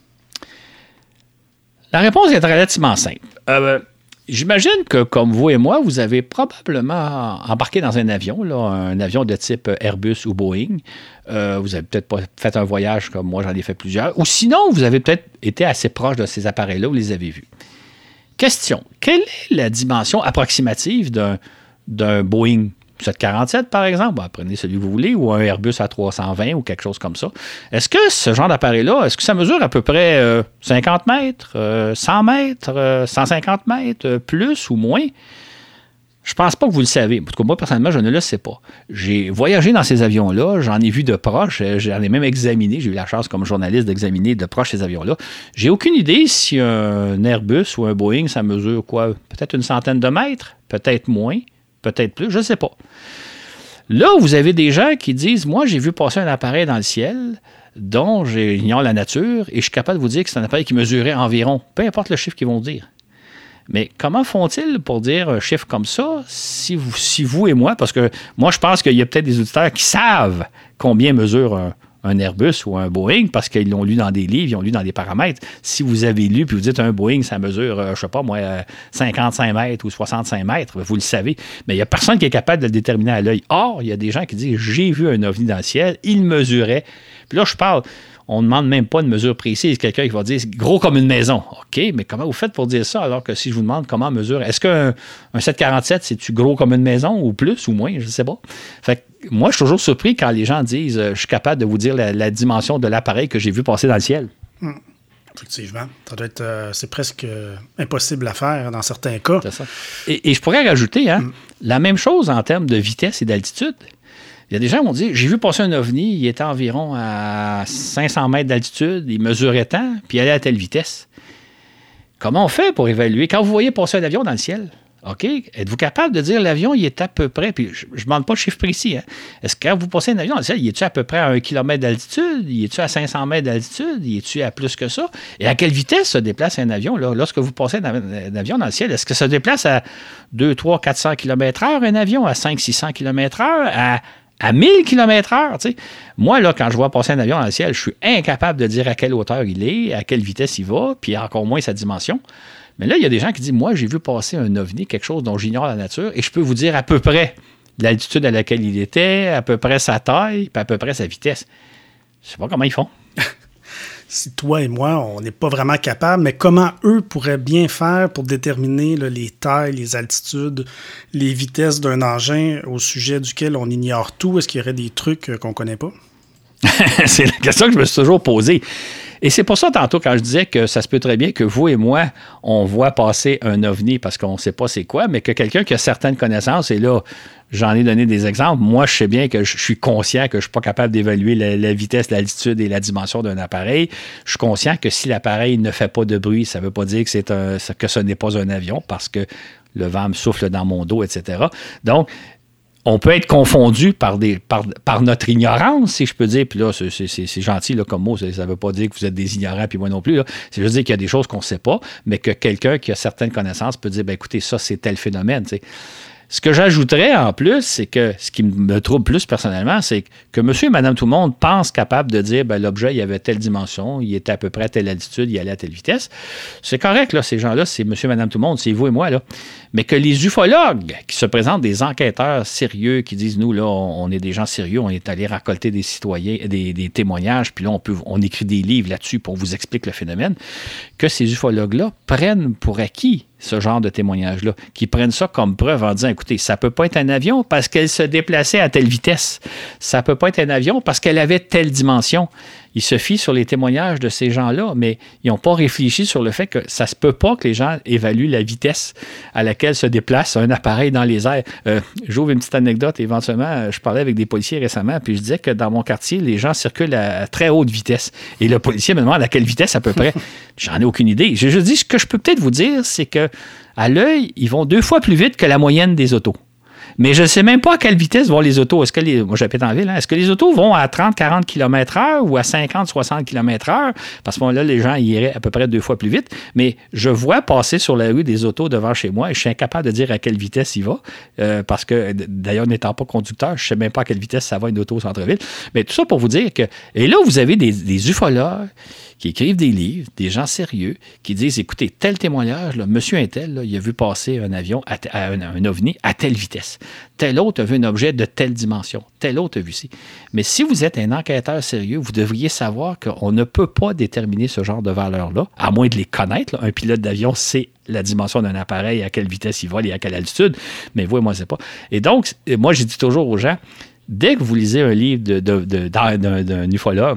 La réponse est relativement simple. Euh, J'imagine que, comme vous et moi, vous avez probablement embarqué dans un avion, là, un avion de type Airbus ou Boeing. Euh, vous avez peut-être pas fait un voyage comme moi, j'en ai fait plusieurs. Ou sinon, vous avez peut-être été assez proche de ces appareils-là, vous les avez vus. Question, quelle est la dimension approximative d'un, d'un Boeing sept cent quarante-sept, par exemple? Bon, prenez celui que vous voulez, ou un Airbus A trois cent vingt ou quelque chose comme ça. Est-ce que ce genre d'appareil-là, est-ce que ça mesure à peu près euh, cinquante mètres, euh, cent mètres, euh, cent cinquante mètres, euh, plus ou moins? Je pense pas que vous le savez. En tout cas, moi, personnellement, je ne le sais pas. J'ai voyagé dans ces avions-là, j'en ai vu de proche, j'en ai même examiné, j'ai eu la chance comme journaliste d'examiner de proche ces avions-là. J'ai aucune idée si un Airbus ou un Boeing, ça mesure quoi? Peut-être une centaine de mètres, peut-être moins, peut-être plus, je ne sais pas. Là, vous avez des gens qui disent, moi, j'ai vu passer un appareil dans le ciel dont j'ignore la nature et je suis capable de vous dire que c'est un appareil qui mesurait environ, peu importe le chiffre qu'ils vont dire. Mais comment font-ils pour dire un chiffre comme ça si vous, si vous et moi, parce que moi, je pense qu'il y a peut-être des auditeurs qui savent combien mesure un, un Airbus ou un Boeing parce qu'ils l'ont lu dans des livres, ils l'ont lu dans des paramètres. Si vous avez lu puis vous dites un Boeing, ça mesure, je ne sais pas moi, cinquante-cinq mètres ou soixante-cinq mètres, vous le savez. Mais il n'y a personne qui est capable de le déterminer à l'œil. Or, il y a des gens qui disent, j'ai vu un ovni dans le ciel, il mesurait. Puis là, je parle... On ne demande même pas une mesure précise. Quelqu'un qui va dire « gros comme une maison ». OK, mais comment vous faites pour dire ça alors que si je vous demande comment mesure, est-ce qu'un un sept quarante-sept, c'est-tu gros comme une maison ou plus ou moins? Je ne sais pas. Fait que moi, je suis toujours surpris quand les gens disent « je suis capable de vous dire la, la dimension de l'appareil que j'ai vu passer dans le ciel ». Hum, effectivement. Ça doit être, euh, c'est presque euh, impossible à faire dans certains cas. C'est ça. Et, et je pourrais rajouter hein, hum. la même chose en termes de vitesse et d'altitude. Il y a des gens qui vont dire, j'ai vu passer un ovni, il était environ à cinq cents mètres d'altitude, il mesurait tant, puis il allait à telle vitesse. Comment on fait pour évaluer? Quand vous voyez passer un avion dans le ciel, OK, êtes-vous capable de dire l'avion, il est à peu près, puis je ne demande pas de chiffre précis, hein. Est-ce que quand vous passez un avion dans le ciel, il est-tu à peu près à un kilomètre d'altitude? Il est-tu à cinq cents mètres d'altitude? Il est-tu à plus que ça? Et à quelle vitesse se déplace un avion? Là, lorsque vous passez un avion dans le ciel, est-ce que ça se déplace à deux, trois, quatre cents kilomètres heure un avion, à cinq, six cents kilomètres heure, à... à mille kilomètres heure, tu sais. Moi, là, quand je vois passer un avion dans le ciel, je suis incapable de dire à quelle hauteur il est, à quelle vitesse il va, puis encore moins sa dimension. Mais là, il y a des gens qui disent, moi, j'ai vu passer un ovni, quelque chose dont j'ignore la nature, et je peux vous dire à peu près l'altitude à laquelle il était, à peu près sa taille, puis à peu près sa vitesse. Je sais pas comment ils font. Si toi et moi, on n'est pas vraiment capables, mais comment eux pourraient bien faire pour déterminer là, les tailles, les altitudes, les vitesses d'un engin au sujet duquel on ignore tout? Est-ce qu'il y aurait des trucs euh, qu'on ne connaît pas? C'est la question que je me suis toujours posée. Et c'est pour ça, tantôt, quand je disais que ça se peut très bien que vous et moi, on voit passer un ovni parce qu'on ne sait pas c'est quoi, mais que quelqu'un qui a certaines connaissances, et là, j'en ai donné des exemples. Moi, je sais bien que je suis conscient que je ne suis pas capable d'évaluer la, la vitesse, l'altitude et la dimension d'un appareil. Je suis conscient que si l'appareil ne fait pas de bruit, ça ne veut pas dire que, c'est un, que ce n'est pas un avion parce que le vent me souffle dans mon dos, et cetera. Donc, on peut être confondu par, des, par, par notre ignorance, si je peux dire. Puis là, c'est, c'est, c'est gentil là, comme mot. Ça ne veut pas dire que vous êtes des ignorants, puis moi non plus. Là. C'est juste dire qu'il y a des choses qu'on ne sait pas, mais que quelqu'un qui a certaines connaissances peut dire, ben écoutez, ça, c'est tel phénomène. T'sais. Ce que j'ajouterais en plus, c'est que ce qui me trouble plus personnellement, c'est que monsieur et madame tout le monde pensent capable de dire ben, l'objet, il avait telle dimension, il était à peu près à telle altitude, il allait à telle vitesse. C'est correct, là, ces gens-là, c'est monsieur et madame tout le monde, c'est vous et moi, là. Mais que les ufologues qui se présentent des enquêteurs sérieux, qui disent nous, là, on est des gens sérieux, on est allé récolter des citoyens, des, des témoignages, puis là, on, peut, on écrit des livres là-dessus pour vous expliquer le phénomène, que ces ufologues-là prennent pour acquis ce genre de témoignage-là, qui prennent ça comme preuve en disant, écoutez, ça peut pas être un avion parce qu'elle se déplaçait à telle vitesse. Ça peut pas être un avion parce qu'elle avait telle dimension. Ils se fient sur les témoignages de ces gens-là, mais ils n'ont pas réfléchi sur le fait que ça se peut pas que les gens évaluent la vitesse à laquelle se déplace un appareil dans les airs. Euh, j'ouvre une petite anecdote, éventuellement, je parlais avec des policiers récemment, puis je disais que dans mon quartier, les gens circulent à très haute vitesse. Et le policier me demande à quelle vitesse à peu près. J'en ai aucune idée. J'ai juste dit, ce que je peux peut-être vous dire, c'est que à l'œil, ils vont deux fois plus vite que la moyenne des autos. Mais je ne sais même pas à quelle vitesse vont les autos. Est-ce que les, moi, j'habite en ville, hein? Est-ce que les autos vont à trente à quarante kilomètres heure ou à cinquante à soixante kilomètres heure? Parce que là, les gens iraient à peu près deux fois plus vite. Mais je vois passer sur la rue des autos devant chez moi et je suis incapable de dire à quelle vitesse il va. Euh, parce que, d'ailleurs, n'étant pas conducteur, je ne sais même pas à quelle vitesse ça va une auto au centre-ville. Mais tout ça pour vous dire que... Et là, vous avez des, des ufologues qui écrivent des livres, des gens sérieux, qui disent, écoutez, tel témoignage, là, monsieur Intel, là, il a vu passer un avion, à, à un, un ovni à telle vitesse. Tel autre a vu un objet de telle dimension. Tel autre a vu ci. Mais si vous êtes un enquêteur sérieux, vous devriez savoir qu'on ne peut pas déterminer ce genre de valeur-là, à moins de les connaître. Là. Un pilote d'avion sait la dimension d'un appareil, à quelle vitesse il vole et à quelle altitude, mais vous et moi, c'est pas. Et donc, moi, j'ai dit toujours aux gens, dès que vous lisez un livre de, de, de, d'un, d'un ufologue,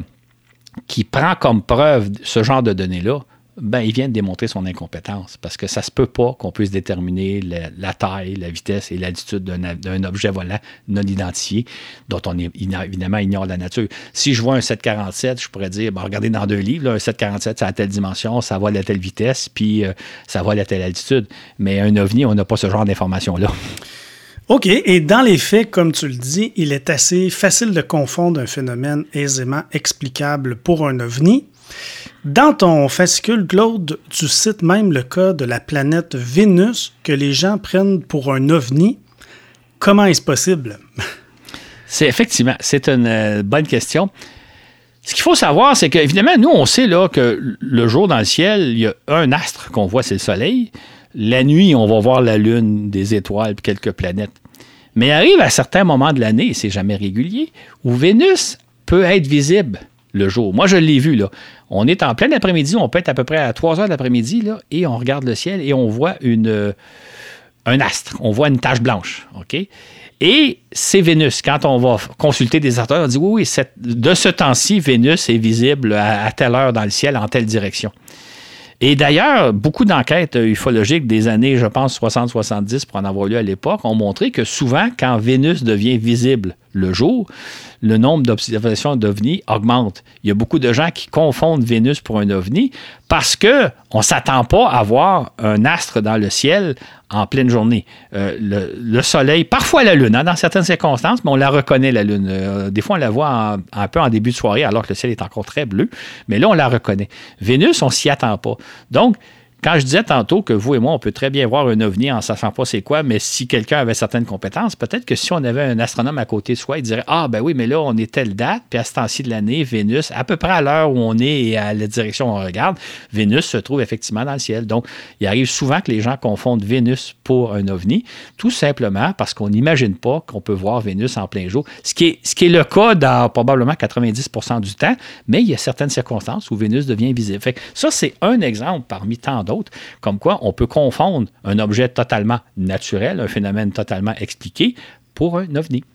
qui prend comme preuve ce genre de données-là, ben, il vient de démontrer son incompétence parce que ça se peut pas qu'on puisse déterminer la, la taille, la vitesse et l'altitude d'un, d'un objet volant non identifié dont on est, évidemment ignore la nature. Si je vois un sept quarante-sept, je pourrais dire, ben, regardez dans deux livres, là, un sept quarante-sept, c'est à telle dimension, ça vole à telle vitesse, puis euh, ça vole à telle altitude. Mais un ovni, on n'a pas ce genre d'informations-là. OK. Et dans les faits, comme tu le dis, il est assez facile de confondre un phénomène aisément explicable pour un ovni Dans ton fascicule, Claude, tu cites même le cas de la planète Vénus que les gens prennent pour un ovni. Comment est-ce possible? C'est effectivement, c'est une euh, bonne question. Ce qu'il faut savoir, c'est qu'évidemment, nous, on sait là, que le jour dans le ciel, il y a un astre qu'on voit, c'est le Soleil. La nuit, on va voir la Lune, des étoiles et quelques planètes. Mais il arrive à certains moments de l'année, et c'est jamais régulier, où Vénus peut être visible le jour. Moi, je l'ai vu, là. On est en plein après-midi, on peut être à peu près à trois heures de l'après-midi, là, et on regarde le ciel et on voit une, euh, un astre, on voit une tache blanche, OK? Et c'est Vénus. Quand on va consulter des astronomes, on dit oui, oui, cette, de ce temps-ci, Vénus est visible à, à telle heure dans le ciel, en telle direction. Et d'ailleurs, beaucoup d'enquêtes ufologiques des années, je pense, soixante soixante-dix, pour en avoir lu à l'époque, ont montré que souvent, quand Vénus devient visible le jour, le nombre d'observations d'ovnis augmente. Il y a beaucoup de gens qui confondent Vénus pour un ovni parce qu'on ne s'attend pas à voir un astre dans le ciel en pleine journée. Euh, le, le Soleil, parfois la Lune, hein, dans certaines circonstances, mais on la reconnaît, la Lune. Euh, des fois, on la voit en, un peu en début de soirée, alors que le ciel est encore très bleu, mais là, on la reconnaît. Vénus, on ne s'y attend pas. Donc, quand je disais tantôt que vous et moi, on peut très bien voir un ovni en ne sachant pas c'est quoi, mais si quelqu'un avait certaines compétences, peut-être que si on avait un astronome à côté de soi, il dirait « Ah, ben oui, mais là, on est telle date, puis à ce temps-ci de l'année, Vénus, à peu près à l'heure où on est et à la direction où on regarde, Vénus se trouve effectivement dans le ciel. » Donc, il arrive souvent que les gens confondent Vénus pour un ovni, tout simplement parce qu'on n'imagine pas qu'on peut voir Vénus en plein jour, ce qui est, ce qui est le cas dans probablement quatre-vingt-dix pour cent du temps, mais il y a certaines circonstances où Vénus devient visible. Fait que ça, c'est un exemple parmi tant d'autres. Comme quoi, on peut confondre un objet totalement naturel, un phénomène totalement expliqué, pour un ovni.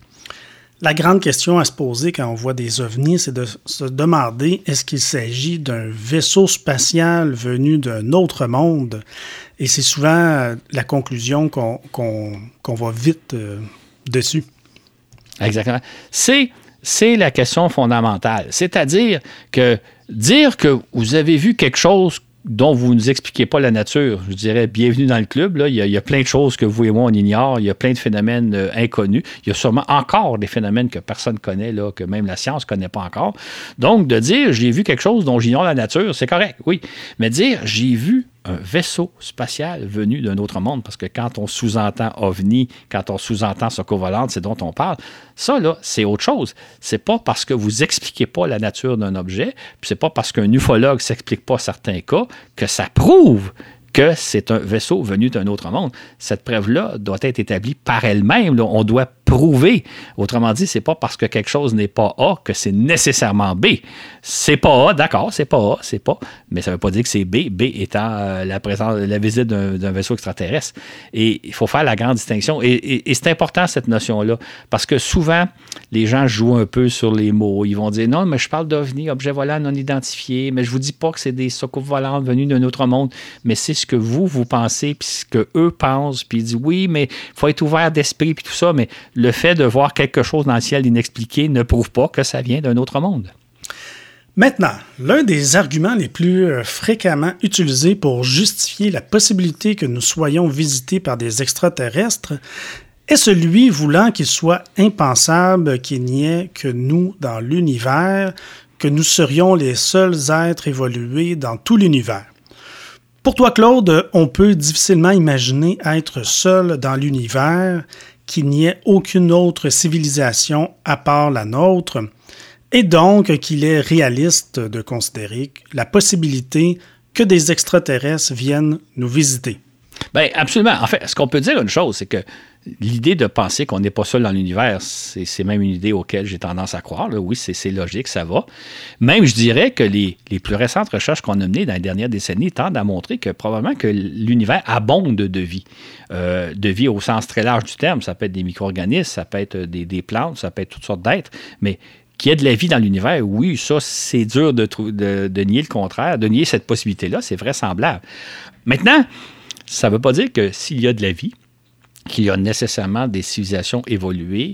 La grande question à se poser quand on voit des ovnis, c'est de se demander est-ce qu'il s'agit d'un vaisseau spatial venu d'un autre monde? Et c'est souvent la conclusion qu'on, qu'on, qu'on va vite euh, dessus. Exactement. C'est, c'est la question fondamentale. C'est-à-dire que dire que vous avez vu quelque chose dont vous ne nous expliquez pas la nature, je dirais bienvenue dans le club. Là. Il y a, il y a plein de choses que vous et moi, on ignore. Il y a plein de phénomènes euh, inconnus. Il y a sûrement encore des phénomènes que personne ne connaît, là, que même la science ne connaît pas encore. Donc, de dire j'ai vu quelque chose dont j'ignore la nature, c'est correct, oui. Mais dire j'ai vu un vaisseau spatial venu d'un autre monde, parce que quand on sous-entend ovni, quand on sous-entend socovolante, c'est dont on parle, ça, là, c'est autre chose. C'est pas parce que vous expliquez pas la nature d'un objet, puis c'est pas parce qu'un ufologue s'explique pas certains cas que ça prouve que c'est un vaisseau venu d'un autre monde. Cette preuve-là doit être établie par elle-même. Là. On doit prouver. Autrement dit, c'est pas parce que quelque chose n'est pas A que c'est nécessairement B. C'est pas A, d'accord, c'est pas A, c'est pas, mais ça veut pas dire que c'est B, B étant euh, la présence, la visite d'un, d'un vaisseau extraterrestre. Et il faut faire la grande distinction. Et, et, et c'est important, cette notion-là, parce que souvent, les gens jouent un peu sur les mots. Ils vont dire, non, mais je parle d'ovnis, objets volants non identifiés, mais je vous dis pas que c'est des soucoupes volantes venues d'un autre monde, mais c'est ce que vous, vous pensez, puis ce qu'eux pensent, puis ils disent, oui, mais il faut être ouvert d'esprit, puis tout ça, mais le fait de voir quelque chose dans le ciel inexpliqué ne prouve pas que ça vient d'un autre monde. Maintenant, l'un des arguments les plus fréquemment utilisés pour justifier la possibilité que nous soyons visités par des extraterrestres est celui voulant qu'il soit impensable qu'il n'y ait que nous dans l'univers, que nous serions les seuls êtres évolués dans tout l'univers. Pour toi, Claude, on peut difficilement imaginer être seul dans l'univers, qu'il n'y ait aucune autre civilisation à part la nôtre, et donc qu'il est réaliste de considérer la possibilité que des extraterrestres viennent nous visiter. Bien, absolument. En fait, ce qu'on peut dire une chose, c'est que l'idée de penser qu'on n'est pas seul dans l'univers, c'est, c'est même une idée auquel j'ai tendance à croire. Là. Oui, c'est, c'est logique, ça va. Même, je dirais que les, les plus récentes recherches qu'on a menées dans les dernières décennies tendent à montrer que probablement que l'univers abonde de vie. Euh, de vie au sens très large du terme. Ça peut être des micro-organismes, ça peut être des, des plantes, ça peut être toutes sortes d'êtres, mais qu'il y ait de la vie dans l'univers, oui, ça, c'est dur de, de, de nier le contraire, de nier cette possibilité-là, c'est vraisemblable. Maintenant, ça ne veut pas dire que s'il y a de la vie, qu'il y a nécessairement des civilisations évoluées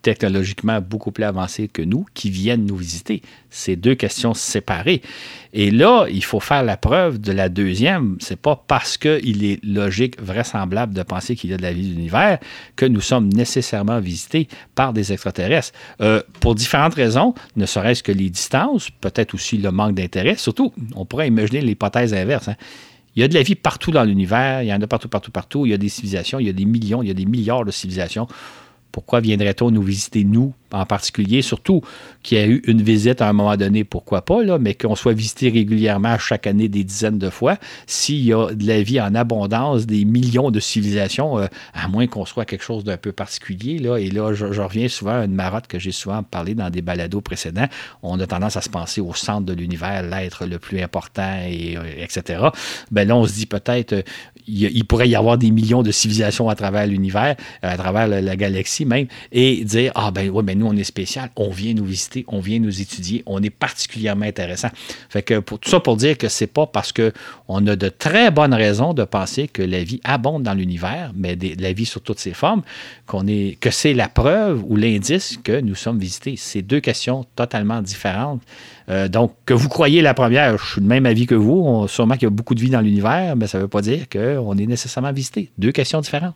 technologiquement beaucoup plus avancés que nous qui viennent nous visiter. C'est deux questions séparées. Et là, il faut faire la preuve de la deuxième. C'est pas parce qu'il est logique, vraisemblable de penser qu'il y a de la vie de l'univers que nous sommes nécessairement visités par des extraterrestres. Euh, pour différentes raisons, ne serait-ce que les distances, peut-être aussi le manque d'intérêt. Surtout, on pourrait imaginer l'hypothèse inverse. Hein. Il y a de la vie partout dans l'univers, il y en a partout, partout, partout. Il y a des civilisations, il y a des millions, il y a des milliards de civilisations. Pourquoi viendrait-on nous visiter, nous, en particulier, surtout qu'il y a eu une visite à un moment donné, pourquoi pas, là, mais qu'on soit visité régulièrement chaque année des dizaines de fois, s'il y a de la vie en abondance, des millions de civilisations, euh, à moins qu'on soit quelque chose d'un peu particulier, là, et là, je, je reviens souvent à une marotte que j'ai souvent parlé dans des balados précédents, on a tendance à se penser au centre de l'univers, l'être le plus important, et, et cetera. Ben là, on se dit peut-être, euh, il, il pourrait y avoir des millions de civilisations à travers l'univers, à travers la, la galaxie même, et dire, ah ben oui, ben nous, on est spécial, on vient nous visiter, on vient nous étudier, on est particulièrement intéressant. Fait que pour, tout ça pour dire que c'est pas parce qu'on a de très bonnes raisons de penser que la vie abonde dans l'univers, mais des, la vie sous toutes ses formes, qu'on est, que c'est la preuve ou l'indice que nous sommes visités. C'est deux questions totalement différentes. Euh, donc, que vous croyez la première, je suis de même avis que vous, on, sûrement qu'il y a beaucoup de vie dans l'univers, mais ça ne veut pas dire qu'on est nécessairement visité. Deux questions différentes.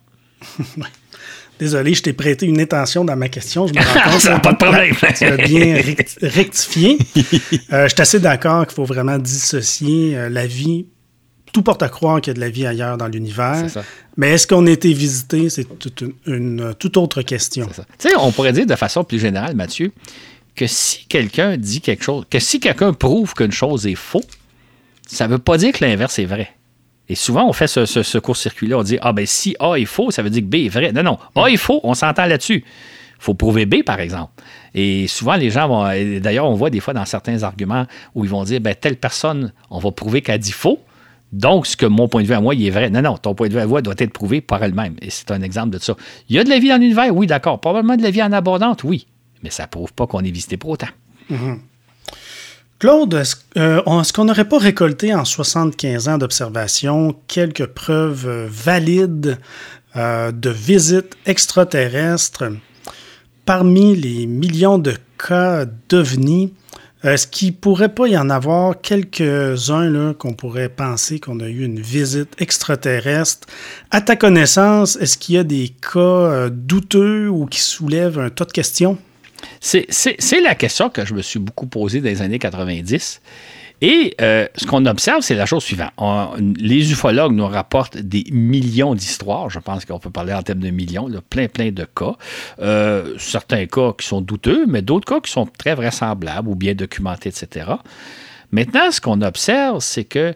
Désolé, je t'ai prêté une intention dans ma question. Je me rends compte. Ça n'a pas de problème. Tu as bien recti- rectifié. Euh, je suis assez d'accord qu'il faut vraiment dissocier euh, la vie. Tout porte à croire qu'il y a de la vie ailleurs dans l'univers. C'est ça. Mais est-ce qu'on a été visité? C'est toute une, une, une toute autre question. C'est ça. Tu sais, on pourrait dire de façon plus générale, Mathieu, que si quelqu'un dit quelque chose, que si quelqu'un prouve qu'une chose est faux, ça ne veut pas dire que l'inverse est vrai. Et souvent, on fait ce, ce, ce court-circuit-là. On dit, ah ben si A est faux, ça veut dire que B est vrai. Non, non. A est faux, on s'entend là-dessus. Il faut prouver B, par exemple. Et souvent, les gens vont... D'ailleurs, on voit des fois dans certains arguments où ils vont dire, ben telle personne, on va prouver qu'elle dit faux. Donc, ce que mon point de vue à moi, il est vrai. Non, non, ton point de vue à moi doit être prouvé par elle-même. Et c'est un exemple de ça. Il y a de la vie dans l'univers? Oui, d'accord. Probablement de la vie en abondante? Oui. Mais ça ne prouve pas qu'on est visité pour autant. Mm-hmm. Claude, est-ce, euh, est-ce qu'on n'aurait pas récolté en soixante-quinze ans d'observation quelques preuves euh, valides euh, de visites extraterrestres parmi les millions de cas d'ovnis? Est-ce qu'il ne pourrait pas y en avoir quelques-uns là, qu'on pourrait penser qu'on a eu une visite extraterrestre? À ta connaissance, est-ce qu'il y a des cas euh, douteux ou qui soulèvent un tas de questions? C'est, c'est, c'est la question que je me suis beaucoup posée dans les années quatre-vingt-dix. Et euh, ce qu'on observe, c'est la chose suivante. On, les ufologues nous rapportent des millions d'histoires. Je pense qu'on peut parler en termes de millions, là, plein, plein de cas. Euh, certains cas qui sont douteux, mais d'autres cas qui sont très vraisemblables ou bien documentés, et cetera. Maintenant, ce qu'on observe, c'est que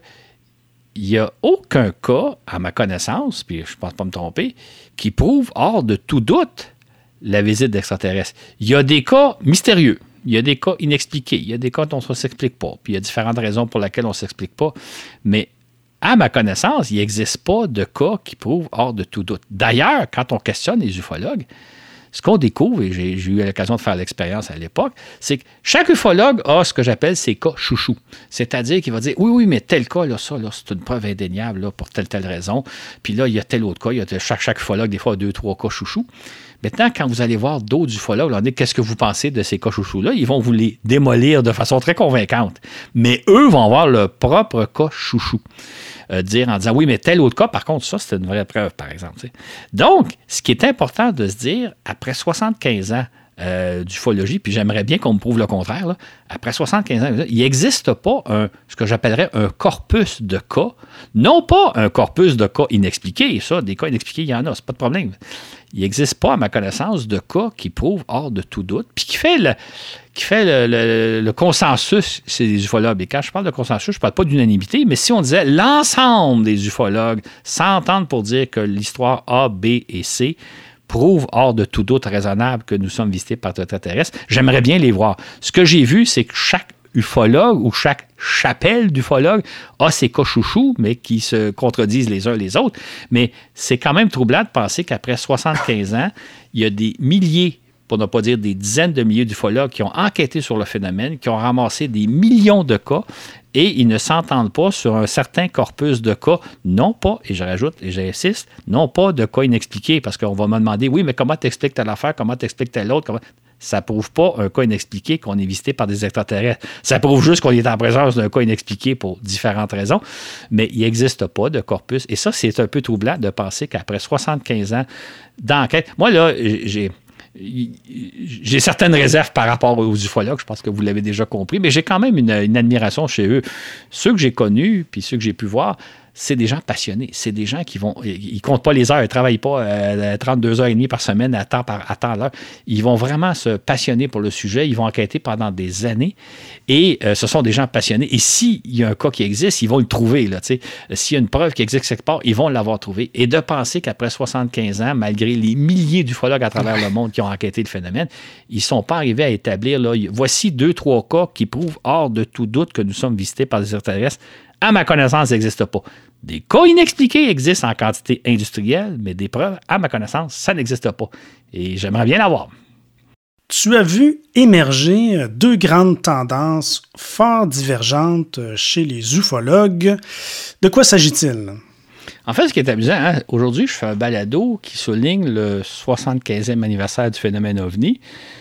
il n'y a aucun cas, à ma connaissance, puis je ne pense pas me tromper, qui prouve hors de tout doute la visite d'extraterrestres. Il y a des cas mystérieux. Il y a des cas inexpliqués. Il y a des cas dont on ne s'explique pas. Puis il y a différentes raisons pour lesquelles on ne s'explique pas. Mais à ma connaissance, il n'existe pas de cas qui prouvent hors de tout doute. D'ailleurs, quand on questionne les ufologues, ce qu'on découvre, et j'ai, j'ai eu l'occasion de faire l'expérience à l'époque, c'est que chaque ufologue a ce que j'appelle ses cas chouchous. C'est-à-dire qu'il va dire, oui, oui, mais tel cas, là, ça, là, c'est une preuve indéniable là, pour telle, telle raison. Puis là, il y a tel autre cas. Il y a chaque, chaque ufologue, des fois, a deux, trois cas chouchous. Maintenant, quand vous allez voir d'autres ufologues, leur dire qu'est-ce que vous pensez de ces cas chouchous-là, ils vont vous les démolir de façon très convaincante. Mais eux vont avoir leur propre cas chouchou. Euh, dire en disant, oui, mais tel autre cas, par contre, ça, c'est une vraie preuve, par exemple. T'sais. Donc, ce qui est important de se dire, après soixante-quinze ans euh, d'ufologie, puis j'aimerais bien qu'on me prouve le contraire, là, après soixante-quinze ans, il n'existe pas un, ce que j'appellerais un corpus de cas, non pas un corpus de cas inexpliqués, ça, des cas inexpliqués, il y en a, c'est pas de problème. Il n'existe pas, à ma connaissance, de cas qui prouvent hors de tout doute, puis qui fait le, qui fait le, le, le consensus chez les ufologues. Et quand je parle de consensus, je ne parle pas d'unanimité, mais si on disait l'ensemble des ufologues s'entendent pour dire que l'histoire A, B et C prouvent hors de tout doute raisonnable que nous sommes visités par extraterrestres, j'aimerais bien les voir. Ce que j'ai vu, c'est que chaque ufologue ou chaque chapelle d'ufologue a ses cas chouchous, mais qui se contredisent les uns les autres. Mais c'est quand même troublant de penser qu'après soixante-quinze ans, il y a des milliers, pour ne pas dire des dizaines de milliers d'ufologues qui ont enquêté sur le phénomène, qui ont ramassé des millions de cas, et ils ne s'entendent pas sur un certain corpus de cas, non pas, et je rajoute et j'insiste, non pas de cas inexpliqués, parce qu'on va me demander, oui, mais comment t'expliques telle affaire, comment t'expliques telle autre, comment... Ça ne prouve pas un cas inexpliqué qu'on est visité par des extraterrestres. Ça prouve juste qu'on est en présence d'un cas inexpliqué pour différentes raisons, mais il n'existe pas de corpus. Et ça, c'est un peu troublant de penser qu'après soixante-quinze ans d'enquête... Moi, là, j'ai... J'ai certaines réserves par rapport aux ufologues, je pense que vous l'avez déjà compris, mais j'ai quand même une, une admiration chez eux. Ceux que j'ai connus, puis ceux que j'ai pu voir, c'est des gens passionnés. C'est des gens qui vont... Ils ne comptent pas les heures, ils ne travaillent pas euh, trente-deux heures et demie par semaine à temps, par, à temps à l'heure. Ils vont vraiment se passionner pour le sujet. Ils vont enquêter pendant des années. Et euh, ce sont des gens passionnés. Et s'il y a un cas qui existe, ils vont le trouver. Là, s'il y a une preuve qui existe quelque part, ils vont l'avoir trouvé. Et de penser qu'après soixante-quinze ans, malgré les milliers d'ufologues à travers le monde qui ont enquêté le phénomène, ils ne sont pas arrivés à établir... Là, voici deux, trois cas qui prouvent hors de tout doute que nous sommes visités par des extraterrestres. À ma connaissance, ça n'existe pas. Des cas inexpliqués existent en quantité industrielle, mais des preuves, à ma connaissance, ça n'existe pas. Et j'aimerais bien l'avoir. Tu as vu émerger deux grandes tendances fort divergentes chez les ufologues. De quoi s'agit-il? En fait, ce qui est amusant, hein, aujourd'hui, je fais un balado qui souligne le soixante-quinzième anniversaire du phénomène OVNI.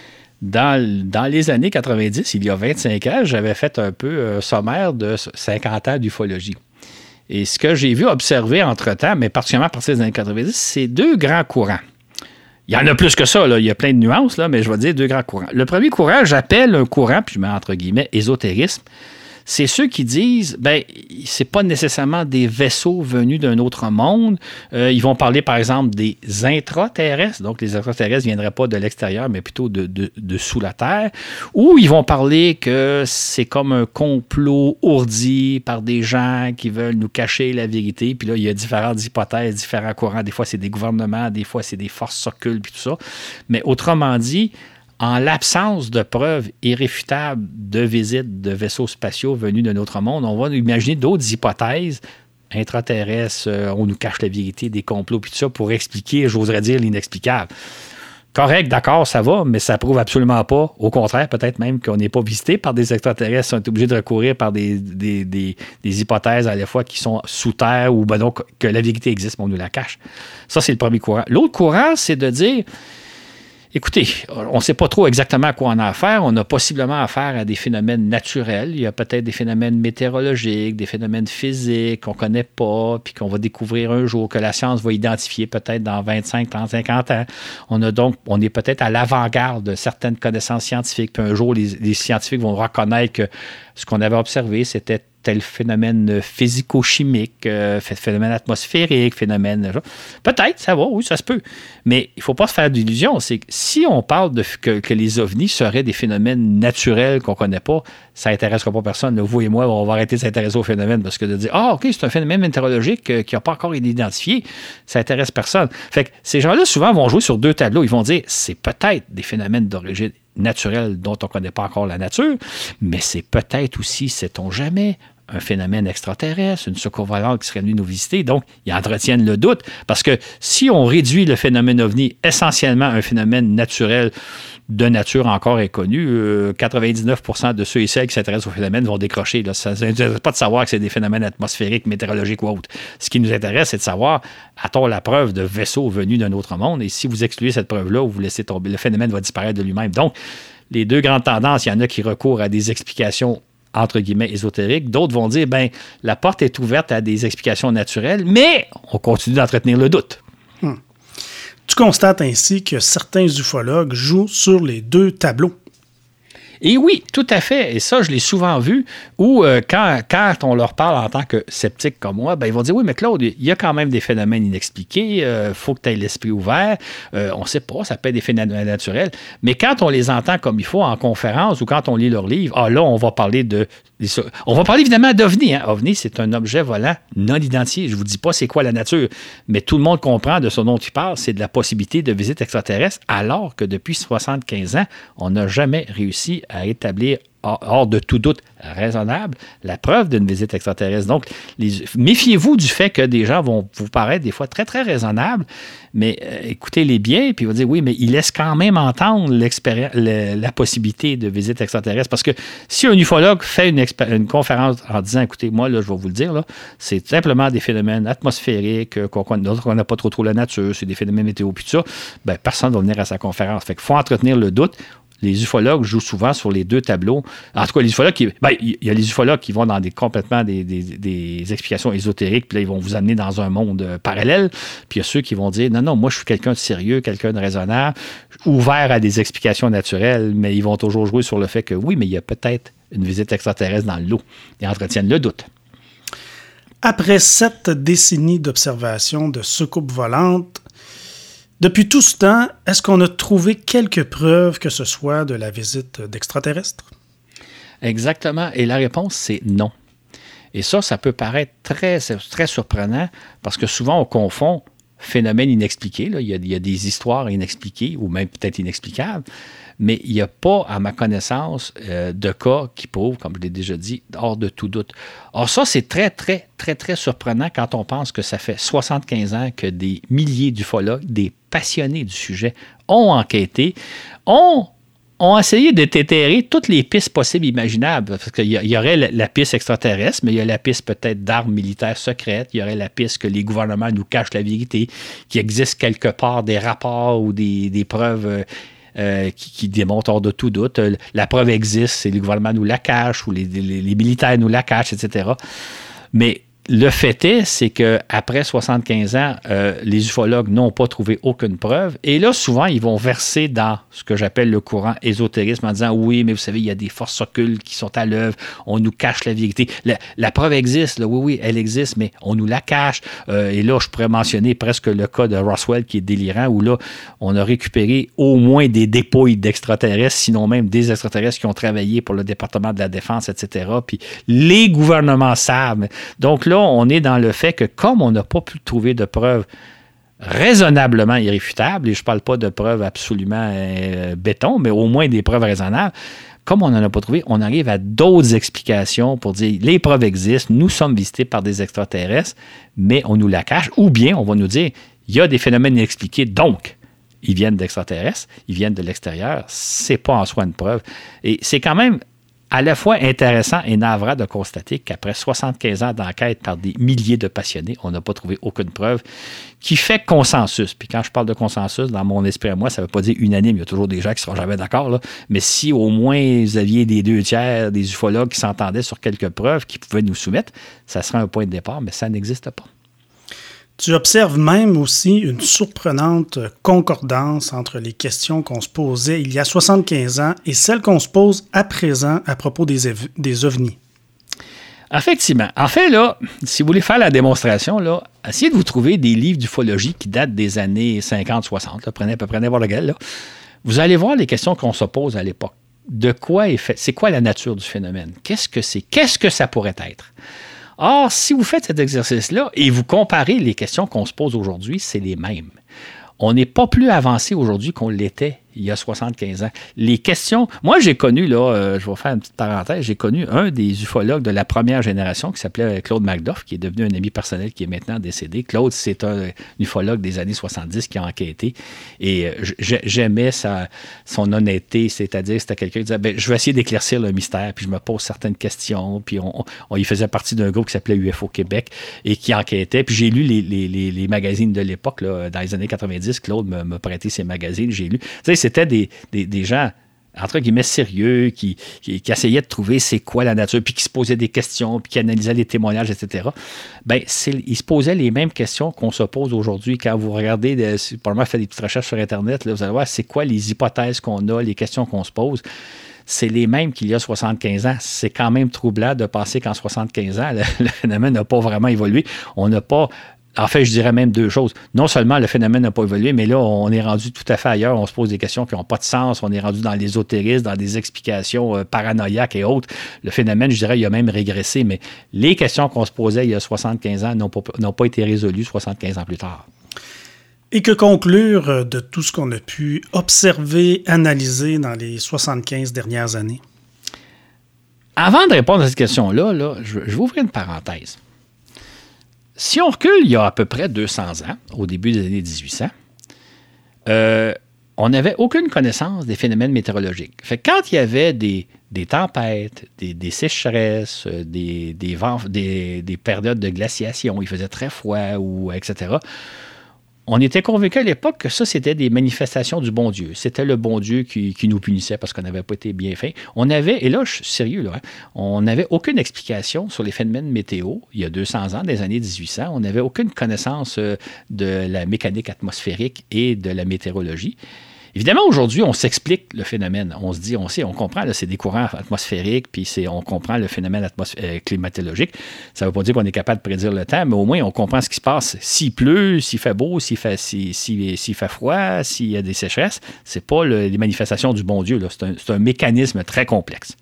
Dans, dans les années quatre-vingt-dix, il y a vingt-cinq ans, j'avais fait un peu un sommaire de cinquante ans d'ufologie. Et ce que j'ai vu observer entre-temps, mais particulièrement à partir des années quatre-vingt-dix, c'est deux grands courants. Il y en a plus que ça, là. Il y a plein de nuances, là, mais je vais dire deux grands courants. Le premier courant, j'appelle un courant, puis je mets entre guillemets ésotérisme. C'est ceux qui disent, ben, c'est pas nécessairement des vaisseaux venus d'un autre monde. Euh, ils vont parler, par exemple, des intraterrestres. Donc, les extraterrestres ne viendraient pas de l'extérieur, mais plutôt de, de, de sous la Terre. Ou ils vont parler que c'est comme un complot ourdi par des gens qui veulent nous cacher la vérité. Puis là, il y a différentes hypothèses, différents courants. Des fois, c'est des gouvernements, des fois, c'est des forces occultes, puis tout ça. Mais autrement dit, en l'absence de preuves irréfutables de visites de vaisseaux spatiaux venus d'un autre monde, on va imaginer d'autres hypothèses intraterrestres, euh, on nous cache la vérité, des complots, puis tout ça, pour expliquer, j'oserais dire, l'inexplicable. Correct, d'accord, ça va, mais ça prouve absolument pas. Au contraire, peut-être même qu'on n'est pas visité par des extraterrestres, on est obligé de recourir par des, des, des, des hypothèses à la fois qui sont sous terre ou ben donc que la vérité existe, mais on nous la cache. Ça, c'est le premier courant. L'autre courant, c'est de dire... Écoutez, on ne sait pas trop exactement à quoi on a affaire. On a possiblement affaire à des phénomènes naturels. Il y a peut-être des phénomènes météorologiques, des phénomènes physiques qu'on ne connaît pas, puis qu'on va découvrir un jour, que la science va identifier peut-être dans vingt-cinq, trente, cinquante ans. On a donc, on est peut-être à l'avant-garde de certaines connaissances scientifiques, puis un jour, les, les scientifiques vont reconnaître que ce qu'on avait observé, c'était tel phénomène physico-chimique, euh, phénomène atmosphérique, phénomène... Peut-être, ça va, oui, ça se peut. Mais il ne faut pas se faire d'illusions. C'est que si on parle de que, que les ovnis seraient des phénomènes naturels qu'on ne connaît pas, ça n'intéressera pas personne. Là, vous et moi, on va arrêter de s'intéresser au phénomène parce que de dire « Ah, OK, c'est un phénomène météorologique euh, qui n'a pas encore été identifié », ça n'intéresse personne. Fait que ces gens-là, souvent, vont jouer sur deux tableaux. Ils vont dire « C'est peut-être des phénomènes d'origine naturelle dont on ne connaît pas encore la nature, mais c'est peut-être aussi, sait-on jamais, un phénomène extraterrestre, une soucoupe volante qui serait venue nous visiter. » Donc, ils entretiennent le doute. Parce que si on réduit le phénomène OVNI essentiellement à un phénomène naturel de nature encore inconnue, euh, quatre-vingt-dix-neuf pour cent de ceux et celles qui s'intéressent au phénomène vont décrocher. Là. Ça n'intéresse pas de savoir que c'est des phénomènes atmosphériques, météorologiques ou autres. Ce qui nous intéresse, c'est de savoir, a-t-on la preuve de vaisseaux venus d'un autre monde? Et si vous excluez cette preuve-là, vous laissez tomber, le phénomène va disparaître de lui-même. Donc, les deux grandes tendances, il y en a qui recourent à des explications entre guillemets ésotériques. D'autres vont dire, ben la porte est ouverte à des explications naturelles, mais on continue d'entretenir le doute. Hmm. Tu constates ainsi que certains ufologues jouent sur les deux tableaux. Et oui, tout à fait. Et ça, je l'ai souvent vu, où euh, quand, quand on leur parle en tant que sceptiques comme moi, ben, ils vont dire, oui, mais Claude, il y a quand même des phénomènes inexpliqués, il euh, faut que tu aies l'esprit ouvert, euh, on ne sait pas, ça peut être des phénomènes naturels. Mais quand on les entend comme il faut en conférence ou quand on lit leurs livres, ah là, on va parler de... On va parler évidemment d'OVNI. Hein. OVNI, c'est un objet volant non identifié. Je ne vous dis pas c'est quoi la nature, mais tout le monde comprend de ce dont il parle, c'est de la possibilité de visite extraterrestre, alors que depuis soixante-quinze ans, on n'a jamais réussi à établir hors de tout doute raisonnable la preuve d'une visite extraterrestre. Donc, les, méfiez-vous du fait que des gens vont vous paraître des fois très, très raisonnables, mais euh, écoutez-les bien, puis ils vont dire, oui, mais ils laissent quand même entendre l'expérience, le, la possibilité de visite extraterrestre. Parce que si un ufologue fait une, expé- une conférence en disant, écoutez, moi, là, je vais vous le dire, là, c'est simplement des phénomènes atmosphériques, euh, qu'on ne n'a pas trop trop la nature, c'est des phénomènes météo, puis tout ça, ben, personne ne va venir à sa conférence. Fait qu'il faut entretenir le doute. Les ufologues jouent souvent sur les deux tableaux. En tout cas, les ufologues, il ben, y a les ufologues qui vont dans des complètement des, des, des explications ésotériques, puis là, ils vont vous amener dans un monde euh, parallèle. Puis il y a ceux qui vont dire, non, non, moi, je suis quelqu'un de sérieux, quelqu'un de raisonnable, ouvert à des explications naturelles, mais ils vont toujours jouer sur le fait que oui, mais il y a peut-être une visite extraterrestre dans le lot. Ils entretiennent le doute. Après sept décennies d'observation de soucoupes volantes, depuis tout ce temps, est-ce qu'on a trouvé quelques preuves que ce soit de la visite d'extraterrestres? Exactement. Et la réponse, c'est non. Et ça, ça peut paraître très, très surprenant parce que souvent, on confond phénomène inexpliqué. Là. Il y a, il y a des histoires inexpliquées ou même peut-être inexplicables, mais il n'y a pas, à ma connaissance, euh, de cas qui prouvent, comme je l'ai déjà dit, hors de tout doute. Or, ça, c'est très, très, très, très surprenant quand on pense que ça fait soixante-quinze ans que des milliers d'ufologues, des passionnés du sujet, ont enquêté, ont ont essayé de déterrer toutes les pistes possibles et imaginables. Parce qu'il y, y aurait la, la piste extraterrestre, mais il y a la piste peut-être d'armes militaires secrètes. Il y aurait la piste que les gouvernements nous cachent la vérité, qu'il existe quelque part des rapports ou des, des preuves euh, euh, qui, qui démontrent hors de tout doute. Euh, la preuve existe, c'est les gouvernements nous la cachent ou les, les, les militaires nous la cachent, et cetera. Mais le fait est, c'est qu'après soixante-quinze ans, euh, les ufologues n'ont pas trouvé aucune preuve. Et là, souvent, ils vont verser dans ce que j'appelle le courant ésotérisme en disant « Oui, mais vous savez, il y a des forces occultes qui sont à l'œuvre. On nous cache la vérité. La, la preuve existe. Là, oui, oui, elle existe, mais on nous la cache. Euh, » Et là, je pourrais mentionner presque le cas de Roswell qui est délirant, où là, on a récupéré au moins des dépouilles d'extraterrestres, sinon même des extraterrestres qui ont travaillé pour le département de la Défense, et cetera. Puis les gouvernements savent. Donc là, on est dans le fait que comme on n'a pas pu trouver de preuves raisonnablement irréfutables, et je ne parle pas de preuves absolument euh, béton, mais au moins des preuves raisonnables, comme on n'en a pas trouvé, on arrive à d'autres explications pour dire les preuves existent, nous sommes visités par des extraterrestres, mais on nous la cache, ou bien on va nous dire il y a des phénomènes inexpliqués, donc ils viennent d'extraterrestres, ils viennent de l'extérieur, c'est pas en soi une preuve. Et c'est quand même à la fois intéressant et navrant de constater qu'après soixante-quinze ans d'enquête par des milliers de passionnés, on n'a pas trouvé aucune preuve qui fait consensus. Puis quand je parle de consensus, dans mon esprit à moi, ça ne veut pas dire unanime. Il y a toujours des gens qui ne seront jamais d'accord. Là. Mais si au moins vous aviez des deux tiers des ufologues qui s'entendaient sur quelques preuves qui pouvaient nous soumettre, ça serait un point de départ, mais ça n'existe pas. Tu observes même aussi une surprenante concordance entre les questions qu'on se posait il y a soixante-quinze ans et celles qu'on se pose à présent à propos des, év- des ovnis. Effectivement. En fait, là, si vous voulez faire la démonstration, là, essayez de vous trouver des livres d'ufologie qui datent des années cinquante soixante. Là, prenez à peu près n'importe lequel. Là. Vous allez voir les questions qu'on se pose à l'époque. De quoi est fait? C'est quoi la nature du phénomène? Qu'est-ce que c'est? Qu'est-ce que ça pourrait être? Or, si vous faites cet exercice-là et vous comparez les questions qu'on se pose aujourd'hui, c'est les mêmes. On n'est pas plus avancé aujourd'hui qu'on l'était il y a soixante-quinze ans. Les questions... Moi, j'ai connu, là, euh, je vais faire une petite parenthèse, j'ai connu un des ufologues de la première génération qui s'appelait Claude Macduff, qui est devenu un ami personnel qui est maintenant décédé. Claude, c'est un ufologue des années soixante-dix qui a enquêté. Et euh, j'aimais sa, son honnêteté, c'est-à-dire c'était quelqu'un qui disait ben, « Je vais essayer d'éclaircir le mystère, puis je me pose certaines questions. » Puis on, on y faisait partie d'un groupe qui s'appelait U F O Québec et qui enquêtait. Puis j'ai lu les, les, les, les magazines de l'époque, là, dans les années quatre-vingt-dix. Claude m'a, m'a prêté ses magazines, j'ai lu. Tu sais, c'était des, des, des gens, entre guillemets, sérieux, qui, qui, qui essayaient de trouver c'est quoi la nature, puis qui se posaient des questions, puis qui analysaient les témoignages, et cetera. Bien, ils se posaient les mêmes questions qu'on se pose aujourd'hui. Quand vous regardez, de, probablement fait des petites recherches sur Internet, là, vous allez voir c'est quoi les hypothèses qu'on a, les questions qu'on se pose. C'est les mêmes qu'il y a soixante-quinze ans. C'est quand même troublant de penser qu'en soixante-quinze ans, le, le phénomène n'a pas vraiment évolué. On n'a pas... En fait, je dirais même deux choses. Non seulement le phénomène n'a pas évolué, mais là, on est rendu tout à fait ailleurs. On se pose des questions qui n'ont pas de sens. On est rendu dans l'ésotérisme, dans des explications euh, paranoïaques et autres. Le phénomène, je dirais, il a même régressé. Mais les questions qu'on se posait il y a soixante-quinze ans n'ont pas, n'ont pas été résolues soixante-quinze ans plus tard. Et que conclure de tout ce qu'on a pu observer, analyser dans les soixante-quinze dernières années? Avant de répondre à cette question-là, là, je, je vais ouvrir une parenthèse. Si on recule il y a à peu près deux cents ans, au début des années dix-huit cents, euh, on n'avait aucune connaissance des phénomènes météorologiques. Fait que quand il y avait des, des tempêtes, des, des sécheresses, des, des, vents, des, des périodes de glaciation, il faisait très froid, ou, et cetera, on était convaincus à l'époque que ça, c'était des manifestations du bon Dieu. C'était le bon Dieu qui, qui nous punissait parce qu'on n'avait pas été bien fait. On avait, et là, je suis sérieux, là, hein, on n'avait aucune explication sur les phénomènes météo il y a deux cents ans, des années dix-huit cents. On n'avait aucune connaissance euh, de la mécanique atmosphérique et de la météorologie. Évidemment, aujourd'hui, on s'explique le phénomène. On se dit, on sait, on comprend, là, c'est des courants atmosphériques, puis c'est, on comprend le phénomène atmosphé- euh, climatologique. Ça ne veut pas dire qu'on est capable de prédire le temps, mais au moins, on comprend ce qui se passe. S'il pleut, s'il fait beau, s'il fait, s'il, s'il, s'il fait froid, s'il y a des sécheresses, c'est pas le, les manifestations du bon Dieu, là. C'est un, c'est un mécanisme très complexe.